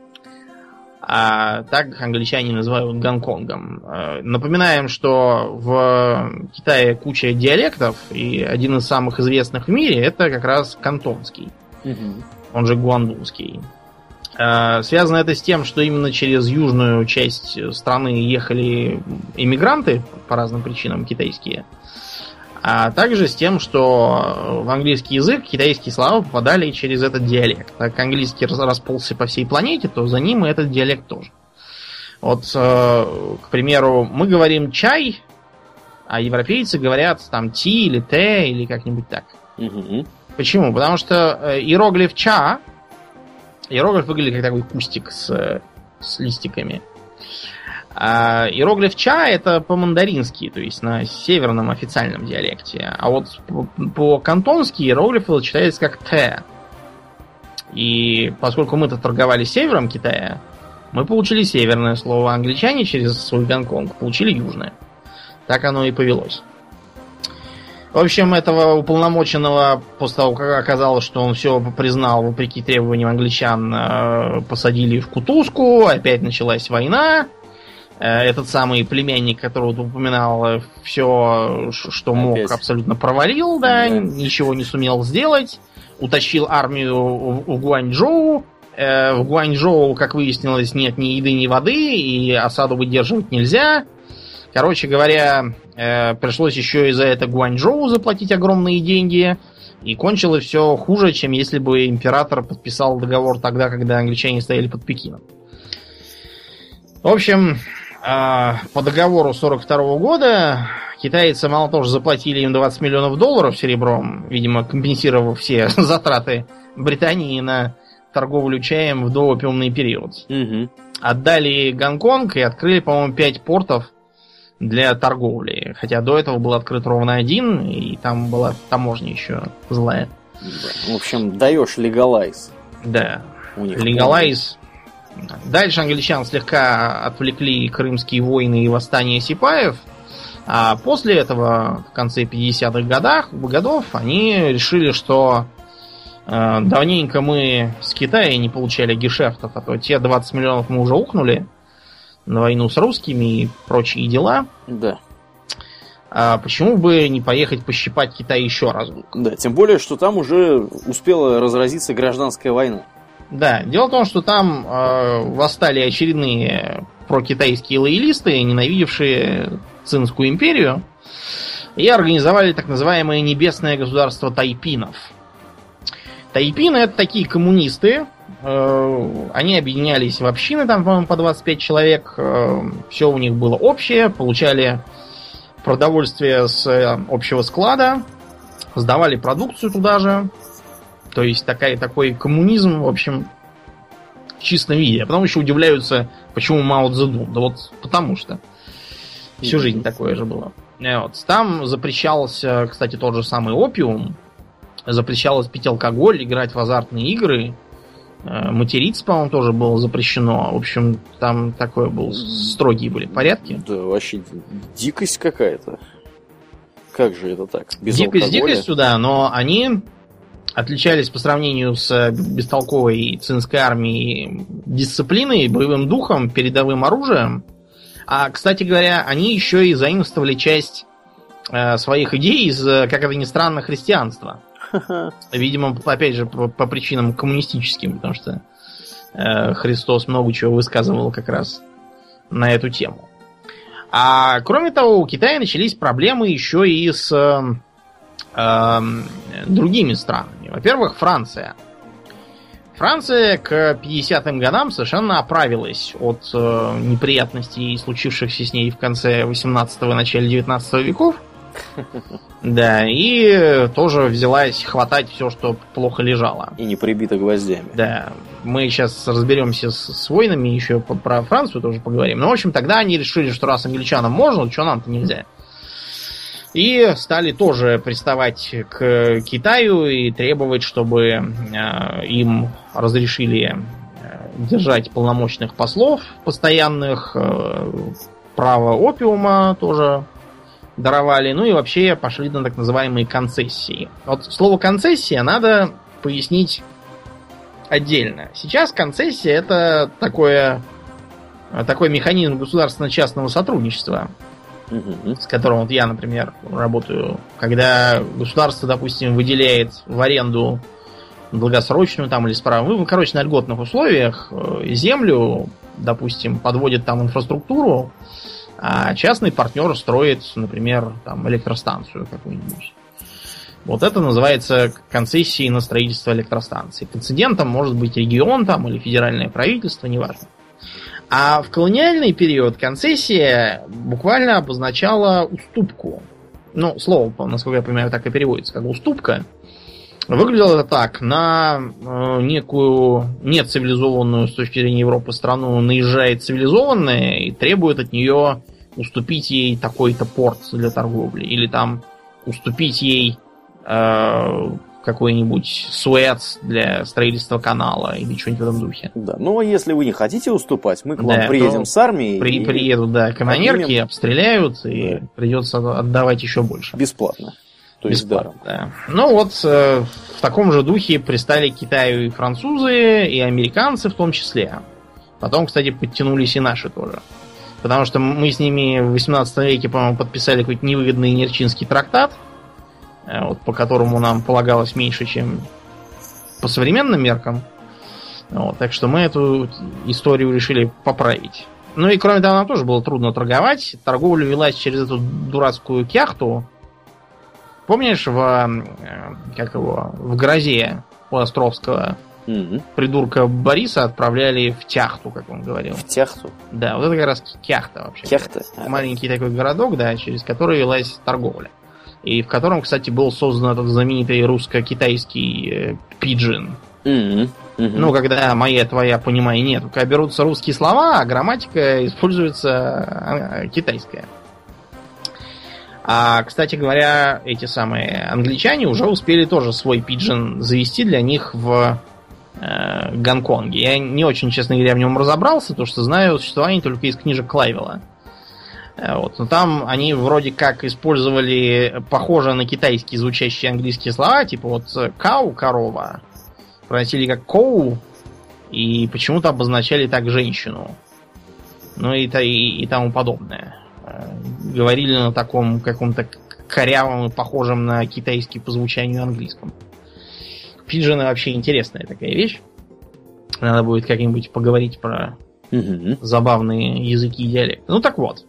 А так англичане называют Гонконгом. Напоминаем, что в Китае куча диалектов, и один из самых известных в мире это как раз кантонский. Он же гуандунский. Связано это с тем, что именно через южную часть страны ехали иммигранты по разным причинам китайские. А также с тем, что в английский язык китайские слова попадали через этот диалект. Так как английский расползся по всей планете, то за ним и этот диалект тоже. Вот, к примеру, мы говорим чай, а европейцы говорят там ти или те или как-нибудь так. Почему? Потому что иероглиф ча, иероглиф выглядит как такой кустик с листиками. А иероглиф ча это по-мандарински, то есть на северном официальном диалекте. А вот по-кантонски иероглиф читается как Т. И поскольку мы-то торговали севером Китая, мы получили северное слово, а англичане через свой Гонконг получили южное. Так оно и повелось. В общем, этого уполномоченного, после того, как оказалось, что он все признал, вопреки требованиям англичан, посадили в кутузку, опять началась война. Этот самый племянник, которого ты упоминал, все, что мог, абсолютно провалил, да, ничего не сумел сделать. Утащил армию в Гуанчжоу. В Гуанчжоу, как выяснилось, нет ни еды, ни воды, и осаду выдерживать нельзя. Короче говоря, пришлось еще и за это Гуанчжоу заплатить огромные деньги. И кончилось все хуже, чем если бы император подписал договор тогда, когда англичане стояли под Пекином. В общем, по договору 1942 года китайцы мало того, что заплатили им $20 миллионов серебром, видимо, компенсировав все затраты Британии на торговлю чаем в доопиумный период. Отдали Гонконг и открыли, по-моему, 5 портов для торговли. Хотя до этого был открыт ровно один, и там была таможня еще злая. В общем, даешь легалайз. Да, легалайз. Дальше англичан слегка отвлекли крымские войны и восстания сипаев, а после этого, в конце 50-х годов, они решили, что давненько мы с Китая не получали гешефтов, а то те 20 миллионов мы уже ухнули на войну с русскими и прочие дела. Да. А почему бы не поехать пощипать Китай еще разок? Да, тем более, что там уже успела разразиться гражданская война. Да, дело в том, что там восстали очередные прокитайские лоялисты, ненавидевшие Цинскую империю, и организовали так называемое небесное государство тайпинов. Тайпины — это такие коммунисты, они объединялись в общины, там, по-моему, по 25 человек, все у них было общее, получали продовольствие с общего склада, сдавали продукцию туда же. То есть такой коммунизм, в общем, в чистом виде. А потом еще удивляются, почему Мао Цзэдун. Да вот потому что. Всю жизнь такое же было. Вот. Там запрещался, кстати, тот же самый опиум. запрещалось пить алкоголь, играть в азартные игры. Материться, по-моему, тоже было запрещено. В общем, там такое был строгие были порядки. Да, вообще дикость какая-то. Как же это так? Без дикость алкоголя? Дикостью, да, но они отличались по сравнению с бестолковой цинской армией дисциплиной, боевым духом, передовым оружием. А, кстати говоря, они еще и заимствовали часть своих идей из, как это ни странно, христианства. Видимо, опять же, по причинам коммунистическим, потому что Христос много чего высказывал как раз на эту тему. А кроме того, у Китая начались проблемы еще и с другими странами. Во-первых, Франция. Франция к 50-м годам совершенно оправилась от неприятностей, случившихся с ней в конце 18-го и начале 19 веков. Да, и тоже взялась хватать все, что плохо лежало. И не прибито гвоздями. Да, мы сейчас разберемся с войнами, еще про Францию тоже поговорим. Но, в общем, тогда они решили, что раз англичанам можно, что нам-то нельзя. И стали тоже приставать к Китаю и требовать, чтобы им разрешили держать полномочных послов постоянных, право опиума тоже даровали, ну и вообще пошли на так называемые концессии. Вот слово концессия надо пояснить отдельно. Сейчас концессия это такой механизм государственно-частного сотрудничества, с которым вот я, например, работаю. Когда государство, допустим, выделяет в аренду долгосрочную там или с правом, короче, на льготных условиях землю, допустим, подводит там инфраструктуру, а частный партнер строит, например, там электростанцию какую-нибудь. Вот это называется концессией на строительство электростанции. Концедентом может быть регион там или федеральное правительство, неважно. А в колониальный период концессия буквально обозначала уступку. Ну, слово, насколько я понимаю, так и переводится, как уступка. Выглядело это так. На некую нецивилизованную с точки зрения Европы страну наезжает цивилизованная и требует от нее уступить ей такой-то порт для торговли. Или там уступить ей какой-нибудь Суэц для строительства канала или что-нибудь в этом духе. Да, но если вы не хотите уступать, мы к вам приедем с армией. Приедут, да, канонерки, обстреляют, и придется отдавать еще больше. Бесплатно. То есть даром. Да. Ну вот в таком же духе пристали к Китаю и французы, и американцы в том числе. Потом, кстати, подтянулись и наши тоже. Потому что мы с ними в 18 веке, по-моему, подписали какой-то невыгодный Нерчинский трактат, вот, по которому нам полагалось меньше, чем по современным меркам. Вот, так что мы эту историю решили поправить. Ну и кроме того, нам тоже было трудно торговать. Торговля велась через эту дурацкую кяхту. Помнишь, в грозе у Островского придурка Бориса отправляли в Тяхту, как он говорил. В Тяхту? Да, вот это как раз Кяхта вообще. Кяхта? Маленький такой городок, да, через который велась торговля. И в котором, кстати, был создан этот знаменитый русско-китайский пиджин. Ну, когда моя, твоя, понимай, нет. Когда берутся русские слова, а грамматика используется китайская. А, кстати говоря, эти самые англичане уже успели тоже свой пиджин завести для них в Гонконге. Я не очень, честно говоря, в нем разобрался, потому что знаю существование только из книжек Клайвелла. Вот. Но там они вроде как использовали похоже на китайские звучащие английские слова, типа вот кау, корова, просили как коу, и почему-то обозначали так женщину. Ну и тому подобное. Говорили на таком каком-то корявом и похожем на китайский по звучанию английском. Пиджины вообще интересная такая вещь. Надо будет как-нибудь поговорить про забавные языки и диалекты. Ну так вот.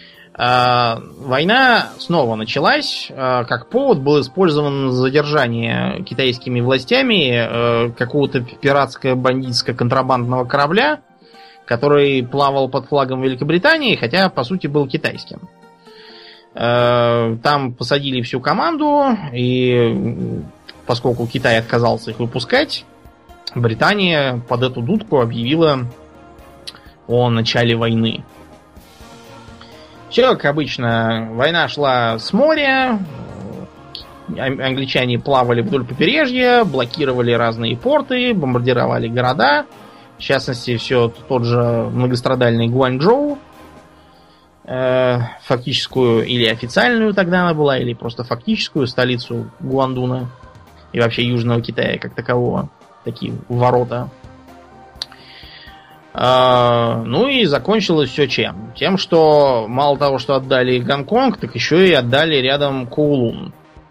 Война снова началась. Как повод был использован задержание китайскими властями какого-то пиратско-бандитско-контрабандного корабля, который плавал под флагом Великобритании, хотя, по сути, был китайским. Там посадили всю команду, и поскольку Китай отказался их выпускать, Британия под эту дудку объявила о начале войны. Все как обычно, война шла с моря, Англичане плавали вдоль побережья, блокировали разные порты, бомбардировали города. В частности, все тот же многострадальный Гуанчжоу. Фактическую или официальную тогда она была, или просто фактическую столицу Гуандуна и вообще Южного Китая как такового. Такие ворота. Ну и закончилось все чем? Тем, что мало того, что отдали Гонконг, так еще и отдали рядом Коулун.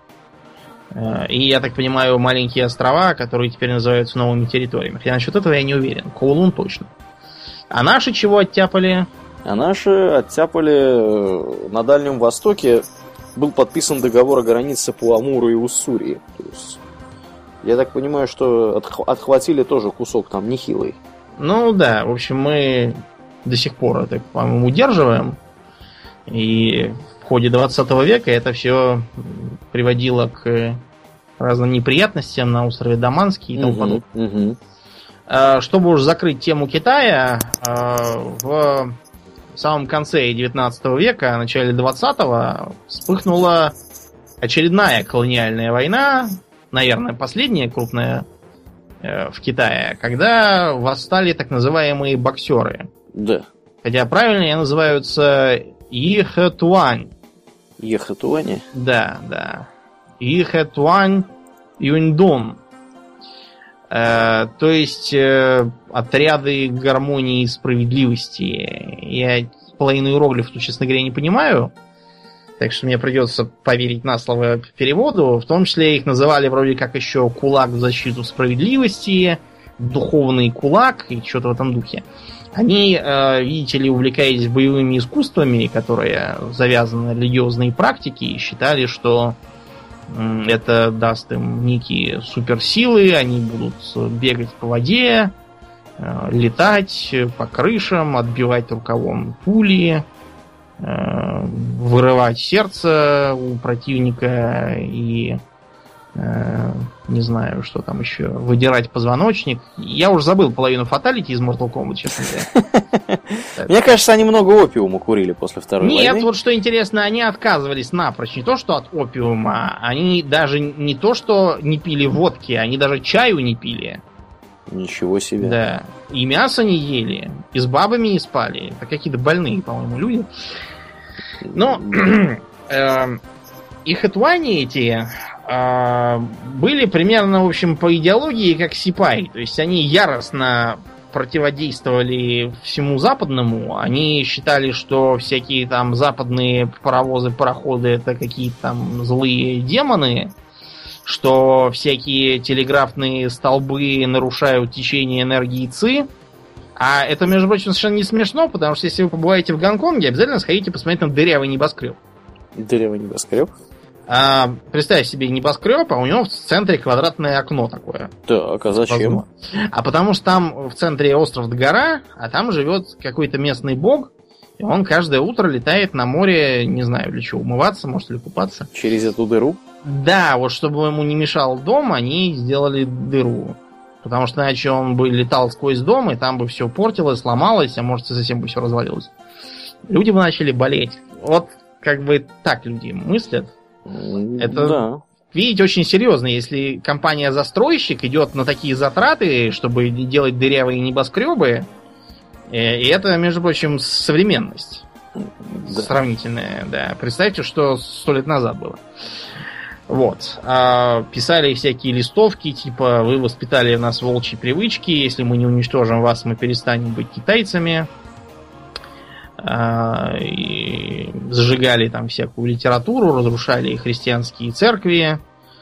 И, я так понимаю, маленькие острова, которые теперь называются новыми территориями. Хотя насчет этого я не уверен. Коулун точно. А наши чего оттяпали? А наши оттяпали на Дальнем Востоке. Был подписан договор о границе по Амуру и Уссурии. То есть, я так понимаю, что отхватили тоже кусок там нехилый. Ну да, в общем, мы до сих пор это, по-моему, удерживаем. И в ходе 20 века это все приводило к разным неприятностям на острове Даманский и тому подобное. Чтобы уж закрыть тему Китая, в самом конце 19 века, начале 20-го вспыхнула очередная колониальная война, наверное, последняя крупная в Китае, когда восстали так называемые боксеры. Да. Хотя правильно они называются Йихэтуань. Йихэтуань? Да, да. Йихэтуань Юньдун. То есть отряды гармонии и справедливости. Я половину иероглифов, честно говоря, не понимаю. Так что мне придется поверить на слово переводу. В том числе их называли вроде как еще кулак в защиту справедливости, духовный кулак и что-то в этом духе. Они, видите ли, увлекаясь боевыми искусствами, которые завязаны на религиозные практики, и считали, что это даст им некие суперсилы, они будут бегать по воде, летать по крышам, отбивать рукавом пули, вырывать сердце у противника и не знаю, что там еще, выдирать позвоночник. Я уже забыл половину фаталити из Mortal Kombat, честно говоря. Мне кажется, они много опиума курили после Второй войны. Нет, вот что интересно, они отказывались напрочь. Не то, что от опиума, они даже не то, что не пили водки, они даже чаю не пили. Ничего себе. Да. И мясо не ели, и с бабами не спали. Это какие-то больные, по-моему, люди. Но их этуани эти были примерно, в общем, по идеологии как сипай. То есть они яростно противодействовали всему западному. Они считали, что всякие там западные паровозы, пароходы это какие-то там злые демоны, что всякие телеграфные столбы нарушают течение энергии ЦИ. А это, между прочим, совершенно не смешно, потому что если вы побываете в Гонконге, обязательно сходите посмотреть на дырявый небоскреб. Дырявый небоскреб? Представь себе небоскреб, а у него в центре квадратное окно такое. Так, а зачем? А потому что там в центре остров гора, а там живет какой-то местный бог, и он каждое утро летает на море, не знаю для чего, умываться, может, или купаться. Через эту дыру? Да, вот чтобы ему не мешал дом, они сделали дыру. Потому что иначе он бы летал сквозь дом, и там бы все портилось, сломалось, а может, и совсем бы все развалилось. Люди бы начали болеть. Вот как бы так люди мыслят. Это, да. Видите, очень серьезно. Если компания-застройщик идет на такие затраты, чтобы делать дырявые небоскребы, и это, между прочим, современность. Да. Сравнительная, да. Представьте, что 100 лет назад было. Вот. Писали всякие листовки, типа вы воспитали в нас волчьи привычки, если мы не уничтожим вас, мы перестанем быть китайцами. И зажигали там всякую литературу, разрушали христианские церкви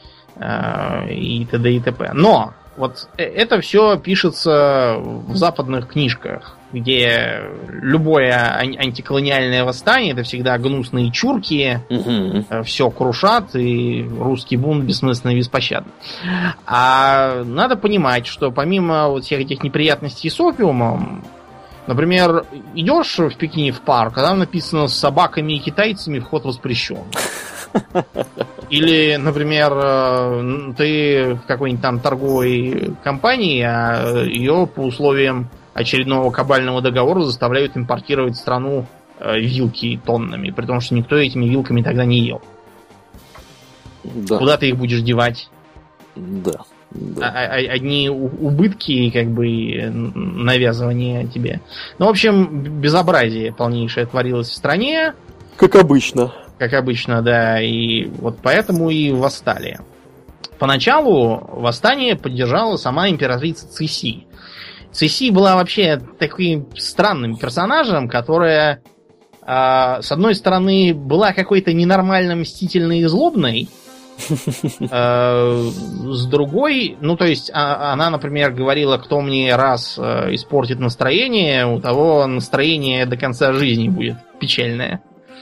и т.д. и т.п. Но вот это все пишется в западных книжках, где любое антиколониальное восстание это всегда гнусные чурки, все крушат, и русский бунт бессмысленно и беспощадно. А надо понимать, что помимо вот всех этих неприятностей с опиумом, например, идешь в Пекине в парк, а там написано «С собаками и китайцами вход воспрещен». Или, например, ты в какой-нибудь там торговой компании, а ее по условиям очередного кабального договора заставляют импортировать в страну вилки тоннами, при том, что никто этими вилками тогда не ел. Да. Куда ты их будешь девать? Да. Одни убытки, как бы, навязывания тебе. Ну, в общем, безобразие полнейшее творилось в стране. Как обычно. Как обычно, да. И вот поэтому и восстали. Поначалу восстание поддержала сама императрица Цыси. Цыси была вообще таким странным персонажем, которая, с одной стороны, была какой-то ненормально мстительной и злобной, с другой, ну, то есть, она, например, говорила, кто мне раз испортит настроение, у того настроение до конца жизни будет печальное.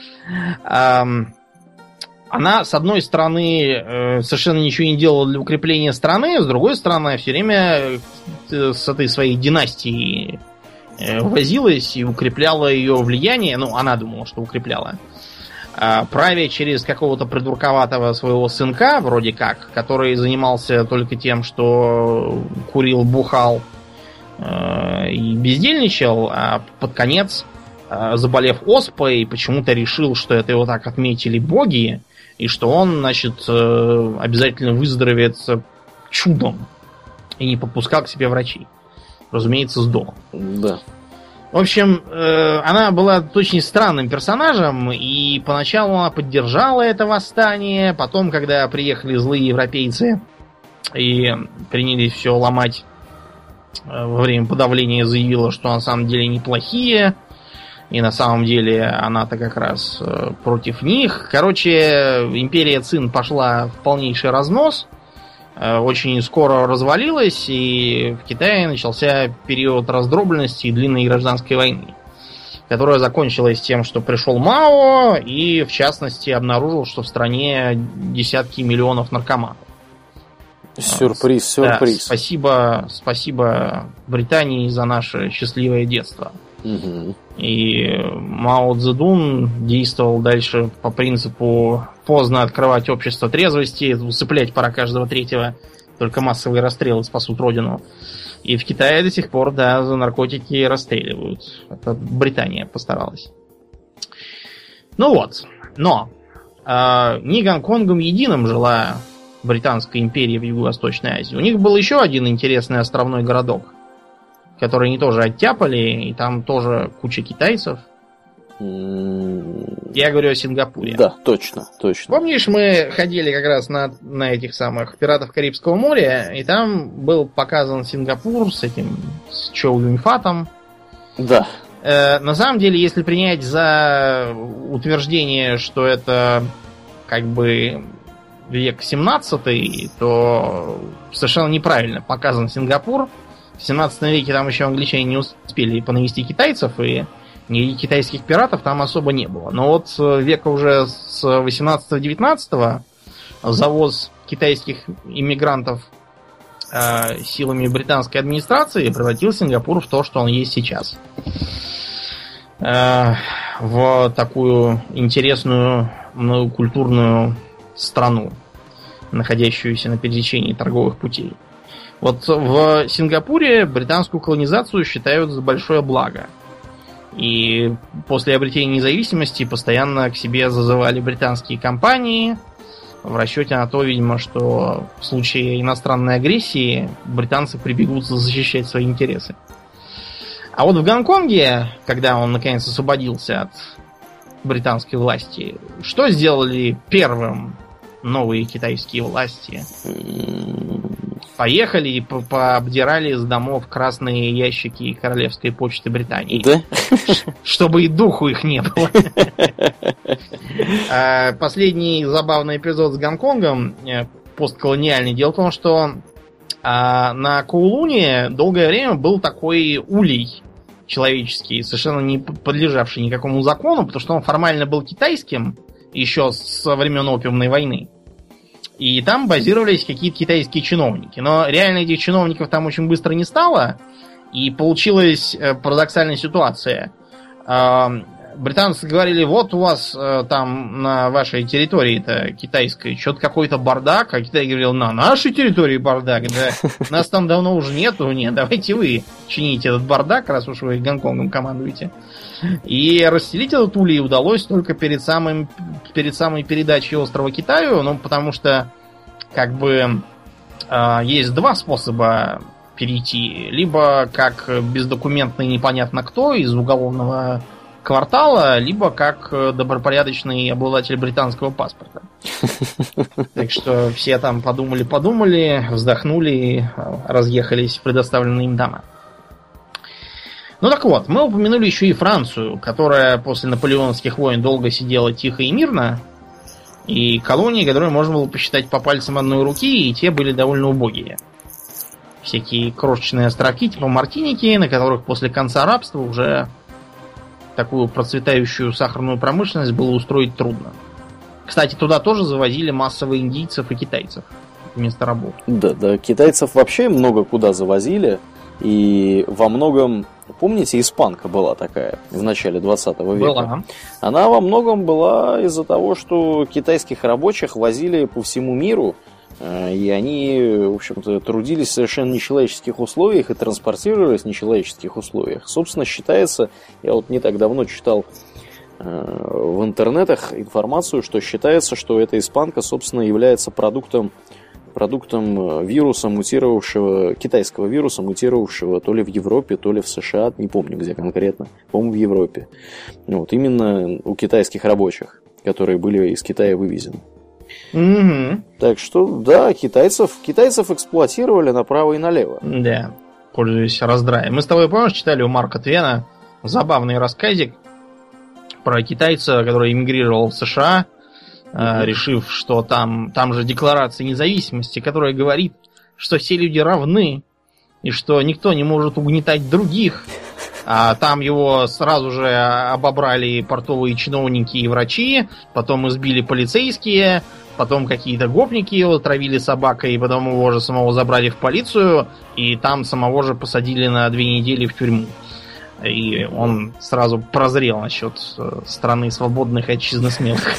Она, с одной стороны, совершенно ничего не делала для укрепления страны, с другой стороны, все время с этой своей династией возилась и укрепляла ее влияние. Ну, она думала, что укрепляла. Правя через какого-то придурковатого своего сынка, вроде как, который занимался только тем, что курил, бухал и бездельничал, а под конец, заболев оспой, почему-то решил, что это его так отметили боги, и что он, значит, обязательно выздоровеет чудом и не подпускал к себе врачей. Разумеется, сдох. Да. В общем, она была очень странным персонажем, и поначалу она поддержала это восстание, потом, когда приехали злые европейцы и принялись все ломать, во время подавления заявила, что на самом деле неплохие, и на самом деле она-то как раз против них. Короче, империя Цин пошла в полнейший разнос, очень скоро развалилась, и в Китае начался период раздробленности и длинной гражданской войны, которая закончилась тем, что пришел Мао и, в частности, обнаружил, что в стране десятки миллионов наркоманов. Сюрприз, сюрприз. Да, спасибо Британии за наше счастливое детство. Угу. И Мао Цзэдун действовал дальше по принципу поздно открывать общество трезвости, усыплять пора каждого третьего, только массовые расстрелы спасут родину. И в Китае до сих пор, да, за наркотики расстреливают. Это Британия постаралась. Ну вот, но не Гонконгом единым жила Британская империя в Юго-Восточной Азии. У них был еще один интересный островной городок, который они тоже оттяпали, и там тоже куча китайцев. Я говорю о Сингапуре. Да, точно. Помнишь, мы ходили как раз на этих самых «Пиратов Карибского моря», и там был показан Сингапур с Чоу Юньфатом. Да. На самом деле, если принять за утверждение, что это как бы век 17, то совершенно неправильно показан Сингапур. В 17 веке там еще англичане не успели понавести китайцев, и ни китайских пиратов там особо не было. Но вот века уже с 18-19 завоз китайских иммигрантов силами британской администрации превратил Сингапур в то, что он есть сейчас. В такую интересную многокультурную страну, находящуюся на пересечении торговых путей. Вот в Сингапуре британскую колонизацию считают за большое благо. И после обретения независимости постоянно к себе зазывали британские компании в расчете на то, видимо, что в случае иностранной агрессии британцы прибегутся защищать свои интересы. А вот в Гонконге, когда он наконец освободился от британской власти, что сделали первым новые китайские власти? Поехали и пообдирали с домов красные ящики королевской почты Британии. Да? Чтобы и духу их не было. Последний забавный эпизод с Гонконгом, постколониальный. Дело в том, что на Коулуне долгое время был такой улей человеческий, совершенно не подлежавший никакому закону, потому что он формально был китайским еще со времен Опиумной войны. И там базировались какие-то китайские чиновники. Но реально этих чиновников там очень быстро не стало. И получилась парадоксальная ситуация. британцы говорили, вот у вас там на вашей территории-то китайской что-то какой-то бардак, а Китай говорил, на нашей территории бардак, да, нас там давно уже нету, нет, давайте вы чините этот бардак, раз уж вы Гонконгом командуете. И расстелить этот улей удалось только перед самой передачей острова Китаю, ну, потому что, как бы, есть два способа перейти. Либо как бездокументный непонятно кто из уголовного квартала, либо как добропорядочный обладатель британского паспорта. Так что все там подумали, вздохнули и разъехались в предоставленные им дома. Ну так вот, мы упомянули еще и Францию, которая после наполеоновских войн долго сидела тихо и мирно, и колонии, которые можно было посчитать по пальцам одной руки, и те были довольно убогие. Всякие крошечные островки типа Мартиники, на которых после конца рабства уже такую процветающую сахарную промышленность было устроить трудно. Кстати, туда тоже завозили массово индийцев и китайцев вместо рабов. Да, китайцев вообще много куда завозили. И во многом, помните, испанка была такая в начале 20 века? Была. Она во многом была из-за того, что китайских рабочих возили по всему миру, и они, в общем-то, трудились в совершенно нечеловеческих условиях и транспортировались в нечеловеческих условиях. Собственно, считается, я вот не так давно читал в интернетах информацию, что считается, что эта испанка, собственно, является продуктом вируса, мутировавшего, китайского вируса, мутировавшего то ли в Европе, то ли в США, не помню где конкретно, по-моему, в Европе. Вот, именно у китайских рабочих, которые были из Китая вывезены. Угу. Так что, да, китайцев эксплуатировали направо и налево. Да, пользуясь раздраем. Мы с тобой, помнишь, читали у Марка Твена забавный рассказик про китайца, который эмигрировал в США, решив, что там же декларация независимости, которая говорит, что все люди равны, и что никто не может угнетать других. А там его сразу же обобрали портовые чиновники и врачи, потом избили полицейские, потом какие-то гопники его травили собакой, потом его же самого забрали в полицию, и там самого же посадили на 2 недели в тюрьму. И он сразу прозрел насчет страны свободных и отчизны смелых.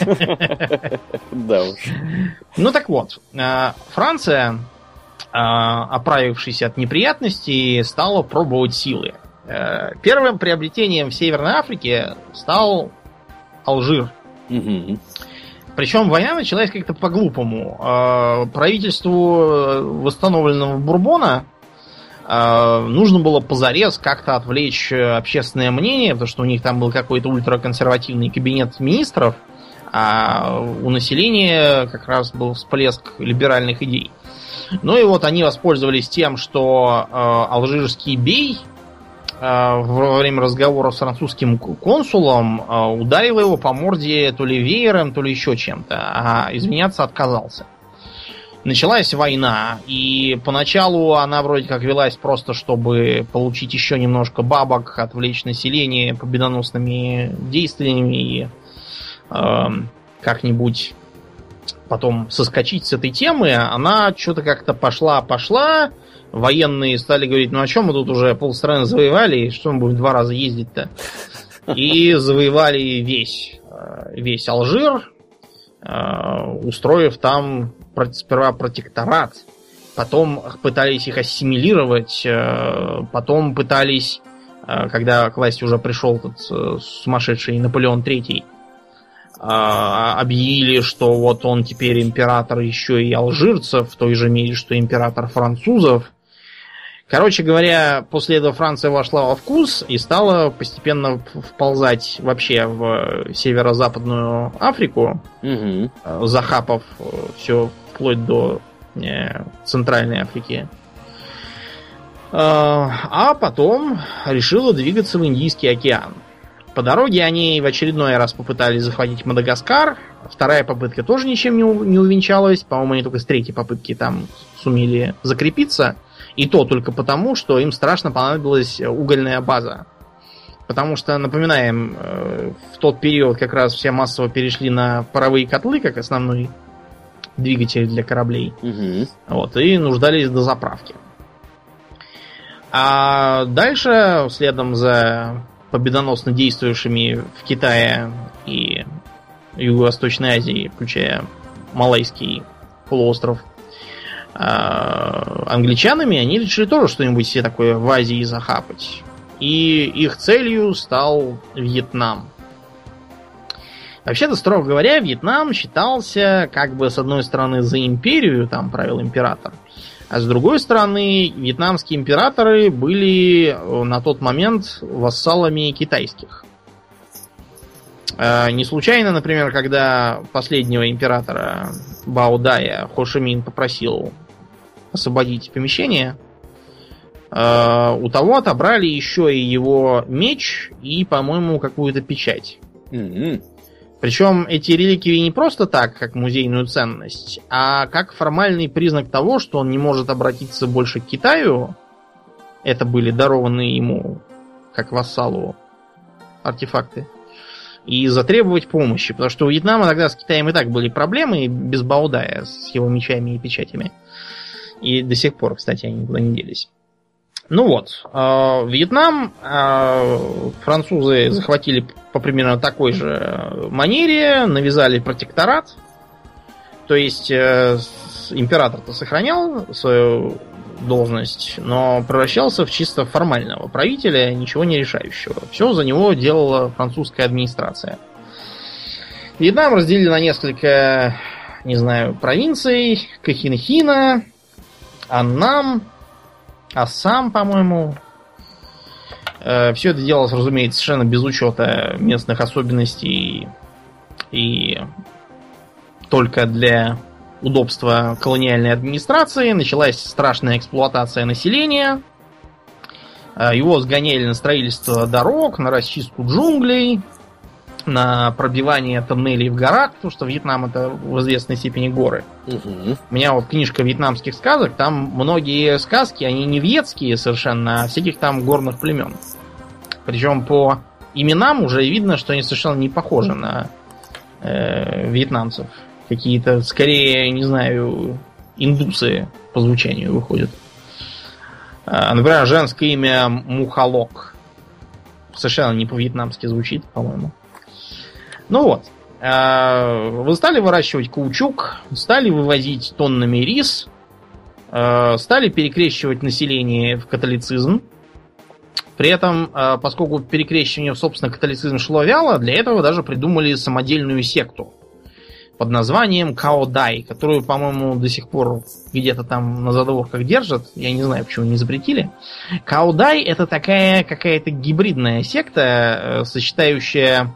Да уж. Ну так вот, Франция, оправившись от неприятностей, стала пробовать силы. Первым приобретением в Северной Африке стал Алжир. Угу. Причем война началась как-то по-глупому. Правительству восстановленного Бурбона нужно было позарез как-то отвлечь общественное мнение, потому что у них там был какой-то ультраконсервативный кабинет министров, а у населения как раз был всплеск либеральных идей. Ну и вот они воспользовались тем, что алжирский бей во время разговора с французским консулом ударил его по морде то ли веером, то ли еще чем-то, а извиняться отказался. Началась война, и поначалу она вроде как велась просто, чтобы получить еще немножко бабок, отвлечь население победоносными действиями и как-нибудь потом соскочить с этой темы. Она что-то как-то пошла. Военные стали говорить, ну а чем мы тут уже полстраны завоевали, что мы будем 2 раза ездить-то? И завоевали весь Алжир, устроив там сперва протекторат, потом пытались их ассимилировать, потом пытались, когда к власти уже пришел этот сумасшедший Наполеон III, объявили, что вот он теперь император еще и алжирцев, в той же мере, что император французов. Короче говоря, после этого Франция вошла во вкус и стала постепенно вползать вообще в северо-западную Африку, захапав все вплоть до Центральной Африки. А потом решила двигаться в Индийский океан. По дороге они в очередной раз попытались захватить Мадагаскар. Вторая попытка тоже ничем не увенчалась. По-моему, они только с 3-й попытки там сумели закрепиться. И то только потому, что им страшно понадобилась угольная база. Потому что, напоминаем, в тот период как раз все массово перешли на паровые котлы, как основной двигатель для кораблей. Вот, и нуждались до заправки. А дальше, следом за победоносно действующими в Китае и Юго-Восточной Азии, включая Малайский полуостров, англичанами, они решили тоже что-нибудь себе такое в Азии захапать. И их целью стал Вьетнам. Вообще-то, строго говоря, Вьетнам считался, как бы, с одной стороны, за империю, там правил император, а с другой стороны, вьетнамские императоры были на тот момент вассалами китайских. Не случайно, например, когда последнего императора Бао Дая Хо Ши Мин попросил освободить помещение, у того отобрали еще и его меч и, по-моему, какую-то печать. Причем эти реликвии не просто так, как музейную ценность, а как формальный признак того, что он не может обратиться больше к Китаю. Это были дарованные ему, как вассалу, артефакты. И затребовать помощи. Потому что у Вьетнама тогда с Китаем и так были проблемы, без Бао Дая, с его мечами и печатями. И до сих пор, кстати, они никуда не делись. Ну вот, Вьетнам французы захватили по примерно такой же манере, навязали протекторат. То есть император-то сохранял свою должность, но превращался в чисто формального правителя, ничего не решающего. Все за него делала французская администрация. Вьетнам разделили на несколько, не знаю, провинций. Кохинхина, Аннам, Ассам, по-моему. Все это делалось, разумеется, совершенно без учета местных особенностей и только для удобства колониальной администрации. Началась страшная эксплуатация населения. Его сгоняли на строительство дорог, на расчистку джунглей, на пробивание тоннелей в горах, потому что Вьетнам это в известной степени горы. У меня вот книжка вьетнамских сказок, там многие сказки, они не вьетские совершенно, а всяких там горных племен. Причем по именам уже видно, что они совершенно не похожи на вьетнамцев. Какие-то, скорее, не знаю, индусы по звучанию выходят. Например, женское имя Мухалок. Совершенно не по-вьетнамски звучит, по-моему. Ну вот. Вы стали выращивать каучук, стали вывозить тоннами рис, стали перекрещивать население в католицизм. При этом, поскольку перекрещивание в, собственно, католицизм шло вяло, для этого даже придумали самодельную секту под названием Каодай, которую, по-моему, до сих пор где-то там на задворках держат. Я не знаю, почему не запретили. Каодай — это такая какая-то гибридная секта, сочетающая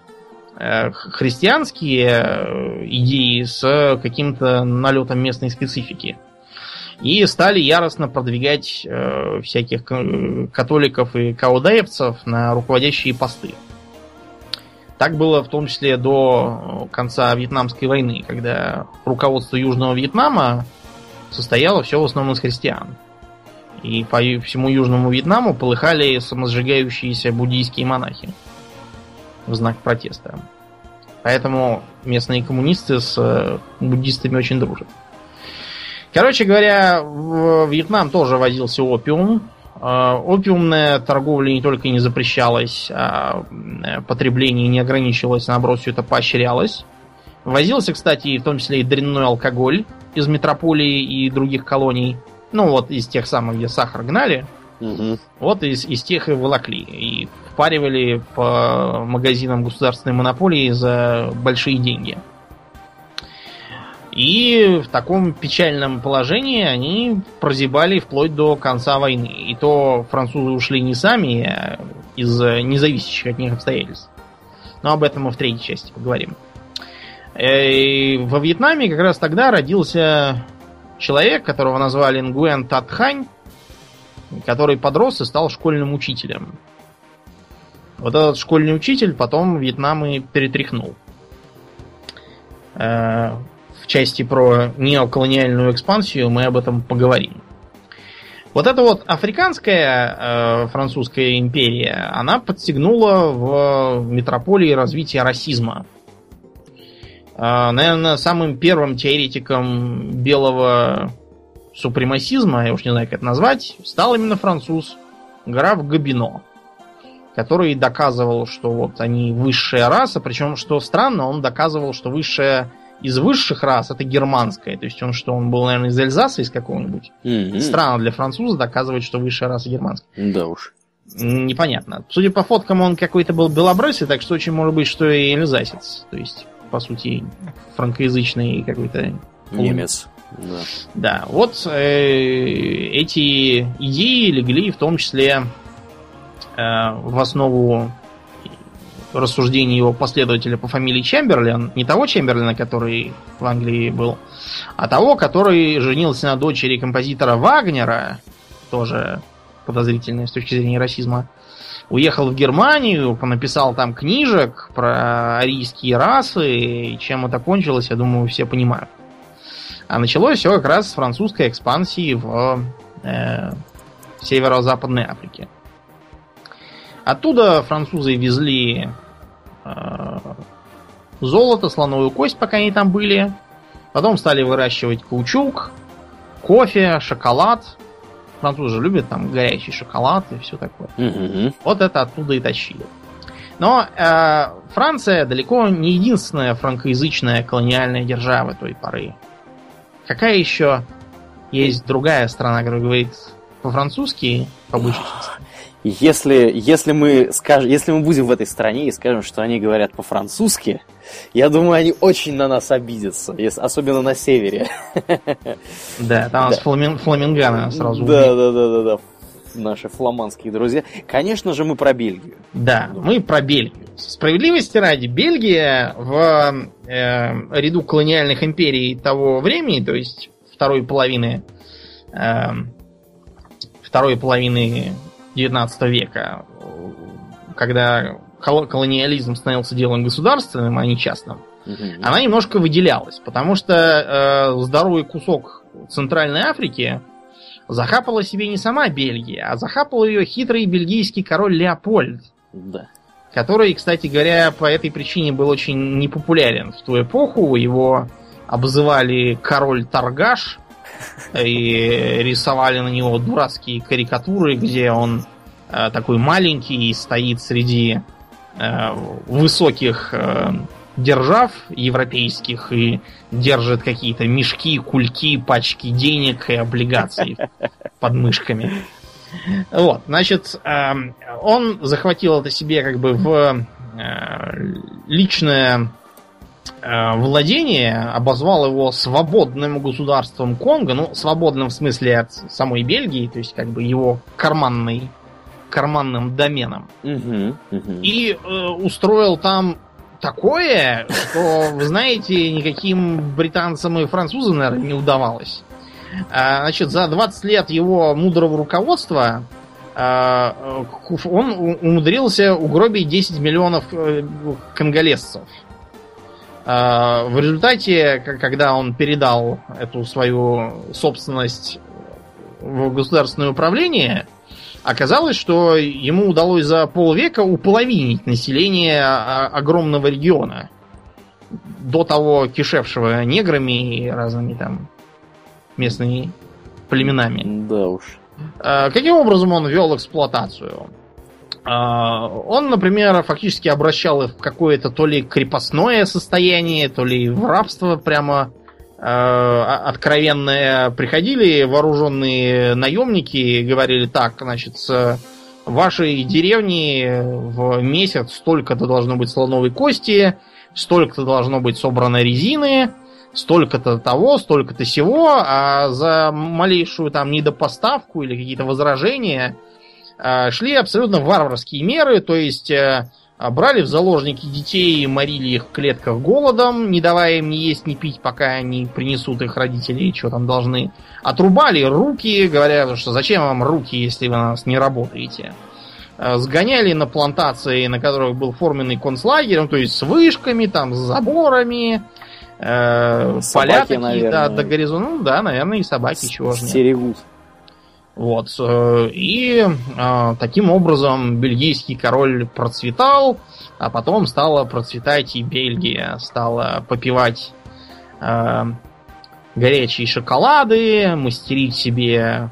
христианские идеи с каким-то налетом местной специфики. И стали яростно продвигать всяких католиков и каодаевцев на руководящие посты. Так было в том числе до конца Вьетнамской войны, когда руководство Южного Вьетнама состояло все в основном из христиан. И по всему Южному Вьетнаму полыхали самосжигающиеся буддийские монахи в знак протеста. Поэтому местные коммунисты с буддистами очень дружат. Короче говоря, в Вьетнам тоже возился опиум. Опиумная торговля не только не запрещалась, а потребление не ограничивалось, наоборот, все это поощрялось. Возился, кстати, в том числе и дрянной алкоголь из метрополии и других колоний. Ну, вот из тех самых, где сахар гнали. Вот из тех и волокли. И впаривали по магазинам государственной монополии за большие деньги. И в таком печальном положении они прозябали вплоть до конца войны. И то французы ушли не сами, а из независящих от них обстоятельств. Но об этом мы в третьей части поговорим. И во Вьетнаме как раз тогда родился человек, которого назвали Нгуэн Тат Хань, который подрос и стал школьным учителем. Вот этот школьный учитель потом Вьетнам и перетряхнул. В части про неоколониальную экспансию мы об этом поговорим. Вот эта вот африканская французская империя, она подстегнула в метрополии развитие расизма. Наверное, самым первым теоретиком белого супремасизма, я уж не знаю, как это назвать, стал именно француз, граф Гобино, который доказывал, что вот они высшая раса, причем, что странно, он доказывал, что высшая из высших рас это германская. То есть он был, наверное, из Эльзаса, из какого-нибудь. Странно для француза доказывать, что высшая раса германская. Да уж. Непонятно. Судя по фоткам, он какой-то был белобрысый, так что очень может быть, что и эльзасец. То есть, по сути, франкоязычный какой-то... Немец. Да. Вот эти идеи легли в том числе в основу рассуждений его последователя по фамилии Чемберлен. Не того Чемберлена, который в Англии был, а того, который женился на дочери композитора Вагнера, тоже подозрительное с точки зрения расизма. Уехал в Германию, понаписал там книжек про арийские расы, и чем это кончилось, я думаю, все понимают. А началось все как раз с французской экспансии в северо-западной Африке. Оттуда французы везли золото, слоновую кость, пока они там были. Потом стали выращивать каучук, кофе, шоколад. Французы же любят там горячий шоколад и все такое. Вот это оттуда и тащили. Но Франция далеко не единственная франкоязычная колониальная держава той поры. Какая еще есть другая страна, которая говорит по-французски, по-бычьи? Если мы будем в этой стране и скажем, что они говорят по-французски, я думаю, они очень на нас обидятся, особенно на севере. Да, там нас фламинганы сразу убьют. Да. Наши фламандские друзья. Конечно же, мы про Бельгию. Да, мы про Бельгию. Справедливости ради, Бельгия в ряду колониальных империй того времени, то есть второй половины 19 века, когда колониализм становился делом государственным, а не частным, она немножко выделялась, потому что здоровый кусок Центральной Африки захапала себе не сама Бельгия, а захапал ее хитрый бельгийский король Леопольд. Да. Который, кстати говоря, по этой причине был очень непопулярен в ту эпоху. Его обзывали король-торгаш и рисовали на него дурацкие карикатуры, где он такой маленький и стоит среди высоких держав европейских и держит какие-то мешки, кульки, пачки денег и облигаций под мышками. Вот, значит, он захватил это себе как бы в личное владение, обозвал его свободным государством Конго, ну, свободным в смысле от самой Бельгии, то есть как бы его карманным доменом. И устроил там такое, что, вы знаете, никаким британцам и французам, наверное, не удавалось. Значит, за 20 лет его мудрого руководства он умудрился угробить 10 миллионов конголезцев. В результате, когда он передал эту свою собственность в государственное управление, оказалось, что ему удалось за полвека уполовинить население огромного региона, до того кишевшего неграми и разными там местными племенами. Да уж. Каким образом он вел эксплуатацию? Он, например, фактически обращал их в какое-то то ли крепостное состояние, то ли в рабство прямо откровенное. Приходили вооруженные наемники и говорили: так, значит, с вашей деревни в месяц столько-то должно быть слоновой кости, столько-то должно быть собрано резины, столько-то того, столько-то сего, а за малейшую там недопоставку или какие-то возражения шли абсолютно варварские меры, то есть брали в заложники детей, морили их в клетках голодом, не давая им ни есть, ни пить, пока они принесут их родителей, что там должны. Отрубали руки, говоря, что зачем вам руки, если вы на нас не работаете. Сгоняли на плантации, на которых был форменный концлагерь, ну, то есть с вышками, там, с заборами, поля такие до горизонта. Ну да, наверное, и собаки, чего же нет. Стерегут. Вот. И таким образом бельгийский король процветал, а потом стала процветать и Бельгия. Стала попивать горячие шоколады, мастерить себе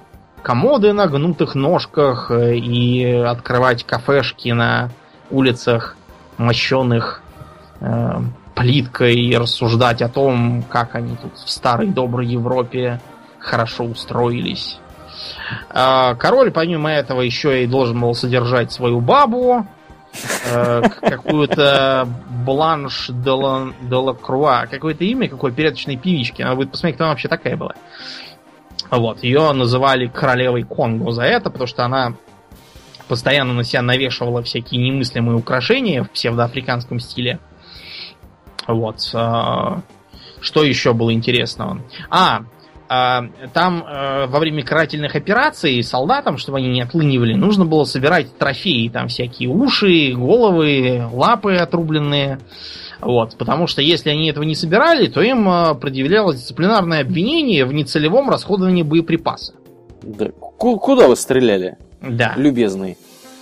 комоды на гнутых ножках и открывать кафешки на улицах, мощенных плиткой, и рассуждать о том, как они тут в старой доброй Европе хорошо устроились. Король, помимо этого, еще и должен был содержать свою бабу, какую-то Бланш де ла Круа, какое-то имя, какой передачной певички. Надо будет посмотреть, кто она вообще такая была. Вот, ее называли королевой Конго за это, потому что она постоянно на себя навешивала всякие немыслимые украшения в псевдоафриканском стиле. Вот. Что еще было интересного? Там во время карательных операций солдатам, чтобы они не отлынивали, нужно было собирать трофеи. Там всякие уши, головы, лапы отрубленные. Вот, потому что если они этого не собирали, то им предъявлялось дисциплинарное обвинение в нецелевом расходовании боеприпаса. Да. Куда вы стреляли? Да. Любезный.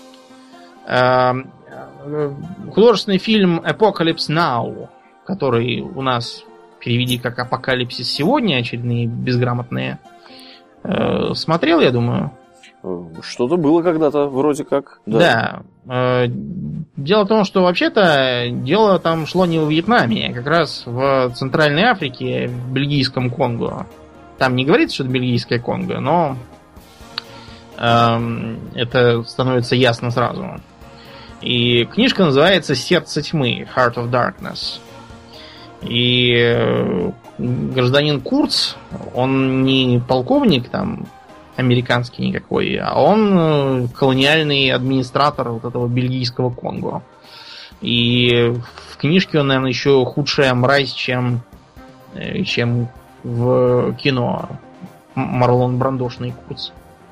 Художественный фильм Apocalypse Now, который у нас переведи как «Апокалипсис сегодня», очередные безграмотные. Смотрел, я думаю? Что-то было когда-то, вроде как. Да. Дело в том, что вообще-то дело там шло не во Вьетнаме, а как раз в Центральной Африке, в бельгийском Конго. Там не говорится, что это бельгийское Конго, но это становится ясно сразу. И книжка называется «Сердце тьмы», Heart of Darkness. И гражданин Курц, он не полковник там американский никакой, а он колониальный администратор вот этого бельгийского Конго. И в книжке он, наверное, еще худшая мразь, чем в кино Марлон Брандошный Курц.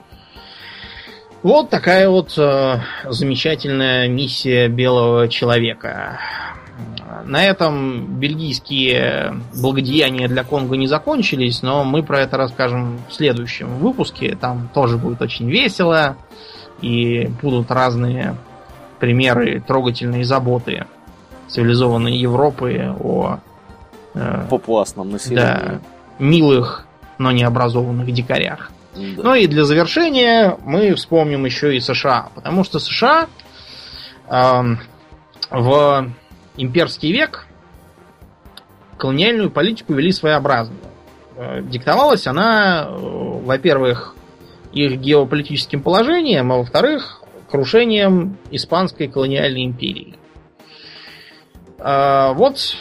Вот такая вот замечательная миссия белого человека. На этом бельгийские благодеяния для Конго не закончились, но мы про это расскажем в следующем выпуске. Там тоже будет очень весело, и будут разные примеры трогательной заботы цивилизованной Европы о популярном населении. Да, милых, но необразованных дикарях. Да. Ну и для завершения мы вспомним еще и США, потому что США в имперский век колониальную политику вели своеобразно. Диктовалась она, во-первых, их геополитическим положением, а во-вторых, крушением Испанской колониальной империи. Вот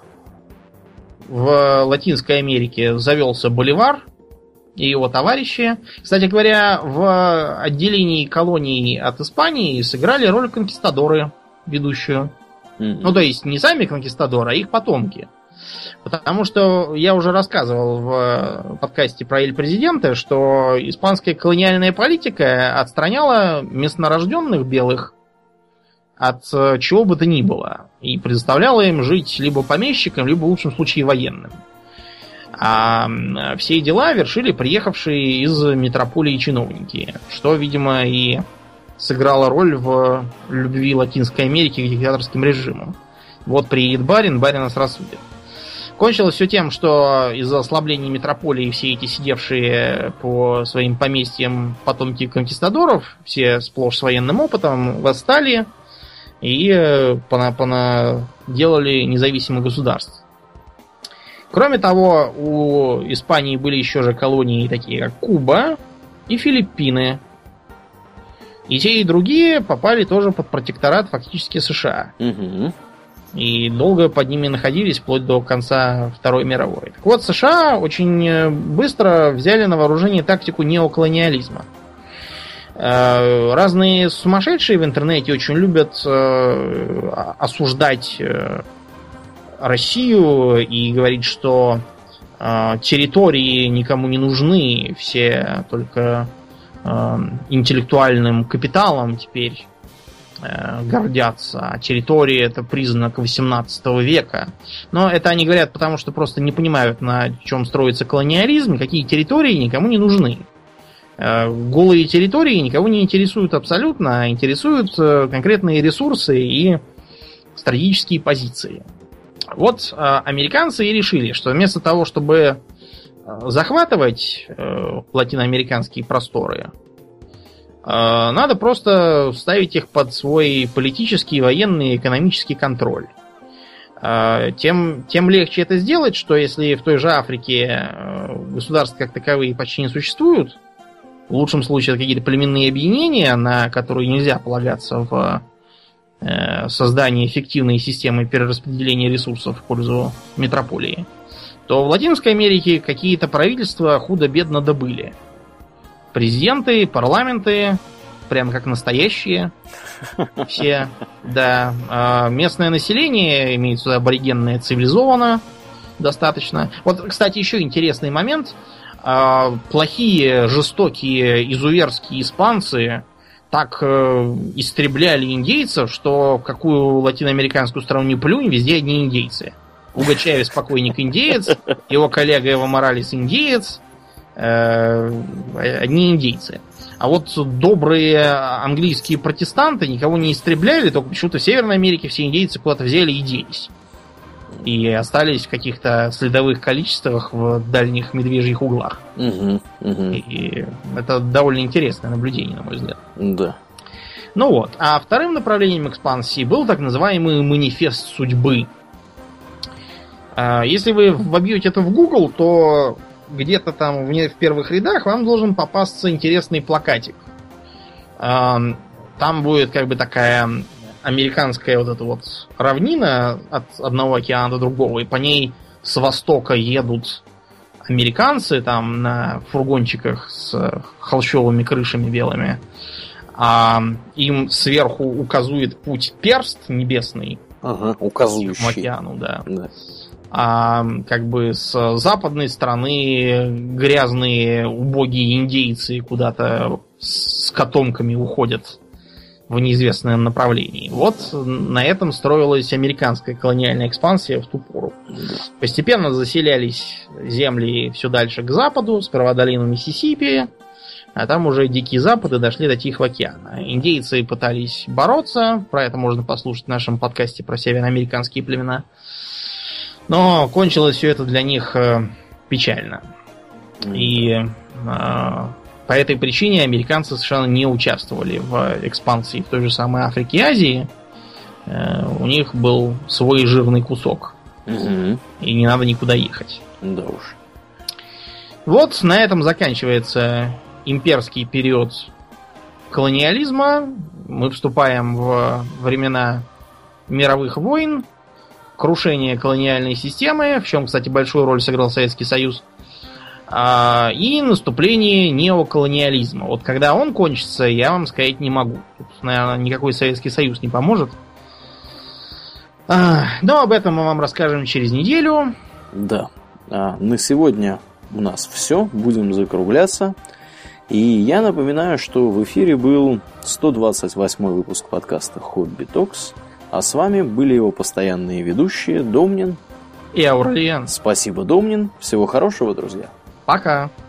в Латинской Америке завелся Боливар и его товарищи. Кстати говоря, в отделении колоний от Испании сыграли роль конкистадоры ведущую. Ну, то есть не сами конкистадоры, а их потомки. Потому что я уже рассказывал в подкасте про Эль Президента, что испанская колониальная политика отстраняла местнорожденных белых от чего бы то ни было. И предоставляла им жить либо помещикам, либо в лучшем случае военным. А все дела вершили приехавшие из метрополии чиновники. Что, видимо, и сыграла роль в любви Латинской Америки к диктаторским режимам. Вот приедет барин, барин нас рассудит. Кончилось все тем, что из-за ослабления метрополии все эти сидевшие по своим поместьям потомки конкистадоров, все сплошь с военным опытом, восстали и делали независимых государств. Кроме того, у Испании были еще же колонии такие, как Куба и Филиппины. И те, и другие попали тоже под протекторат фактически США. Угу. И долго под ними находились вплоть до конца Второй мировой. Так вот, США очень быстро взяли на вооружение тактику неоколониализма. Разные сумасшедшие в интернете очень любят осуждать Россию и говорить, что территории никому не нужны, все только интеллектуальным капиталом теперь гордятся, а территория — это признак 18 века. Но это они говорят потому, что просто не понимают, на чем строится колониализм, какие территории никому не нужны. Голые территории никого не интересуют абсолютно, а интересуют конкретные ресурсы и стратегические позиции. Вот американцы и решили, что вместо того, чтобы захватывать латиноамериканские просторы, надо просто ставить их под свой политический, военный и экономический контроль. Тем легче это сделать, что если в той же Африке государства как таковые почти не существуют, в лучшем случае это какие-то племенные объединения, на которые нельзя полагаться в создании эффективной системы перераспределения ресурсов в пользу метрополии, то в Латинской Америке какие-то правительства худо-бедно добыли. Президенты, парламенты, прям как настоящие все, да. Местное население, имеется в виду аборигенное, цивилизовано достаточно. Вот, кстати, еще интересный момент. Плохие, жестокие, изуверские испанцы так истребляли индейцев, что в какую латиноамериканскую страну не плюнь, везде одни индейцы. Уго Чавес покойник индеец, его коллега Эво Моралес индеец, одни индейцы. А вот добрые английские протестанты никого не истребляли, только почему-то в Северной Америке все индейцы куда-то взяли и делись. И остались в каких-то следовых количествах в дальних медвежьих углах. И это довольно интересное наблюдение, на мой взгляд. Да. Ну вот. А вторым направлением экспансии был так называемый манифест судьбы. Если вы вобьете это в Google, то где-то там в первых рядах вам должен попасться интересный плакатик. Там будет как бы такая американская вот эта вот равнина от одного океана до другого, и по ней с востока едут американцы там на фургончиках с холщовыми крышами белыми, а им сверху указует путь перст небесный, указующий к океану, да. А как бы с западной стороны грязные убогие индейцы куда-то с котомками уходят в неизвестном направлении. Вот на этом строилась американская колониальная экспансия в ту пору. Постепенно заселялись земли все дальше к западу, сперва долину Миссисипи, а там уже Дикие Запады дошли до Тихого океана. Индейцы пытались бороться, про это можно послушать в нашем подкасте про североамериканские племена. Но кончилось все это для них печально. И по этой причине американцы совершенно не участвовали в экспансии в той же самой Африке и Азии. У них был свой жирный кусок. И не надо никуда ехать. Да уж. Вот на этом заканчивается имперский период колониализма. Мы вступаем в времена мировых войн, крушение колониальной системы, в чем, кстати, большую роль сыграл Советский Союз, и наступление неоколониализма. Вот когда он кончится, я вам сказать не могу. Тут, наверное, никакой Советский Союз не поможет. Но об этом мы вам расскажем через неделю. Да. На сегодня у нас все. Будем закругляться. И я напоминаю, что в эфире был 128 выпуск подкаста Хобби Токс. А с вами были его постоянные ведущие Домнин и Аурельян. Спасибо, Домнин. Всего хорошего, друзья. Пока.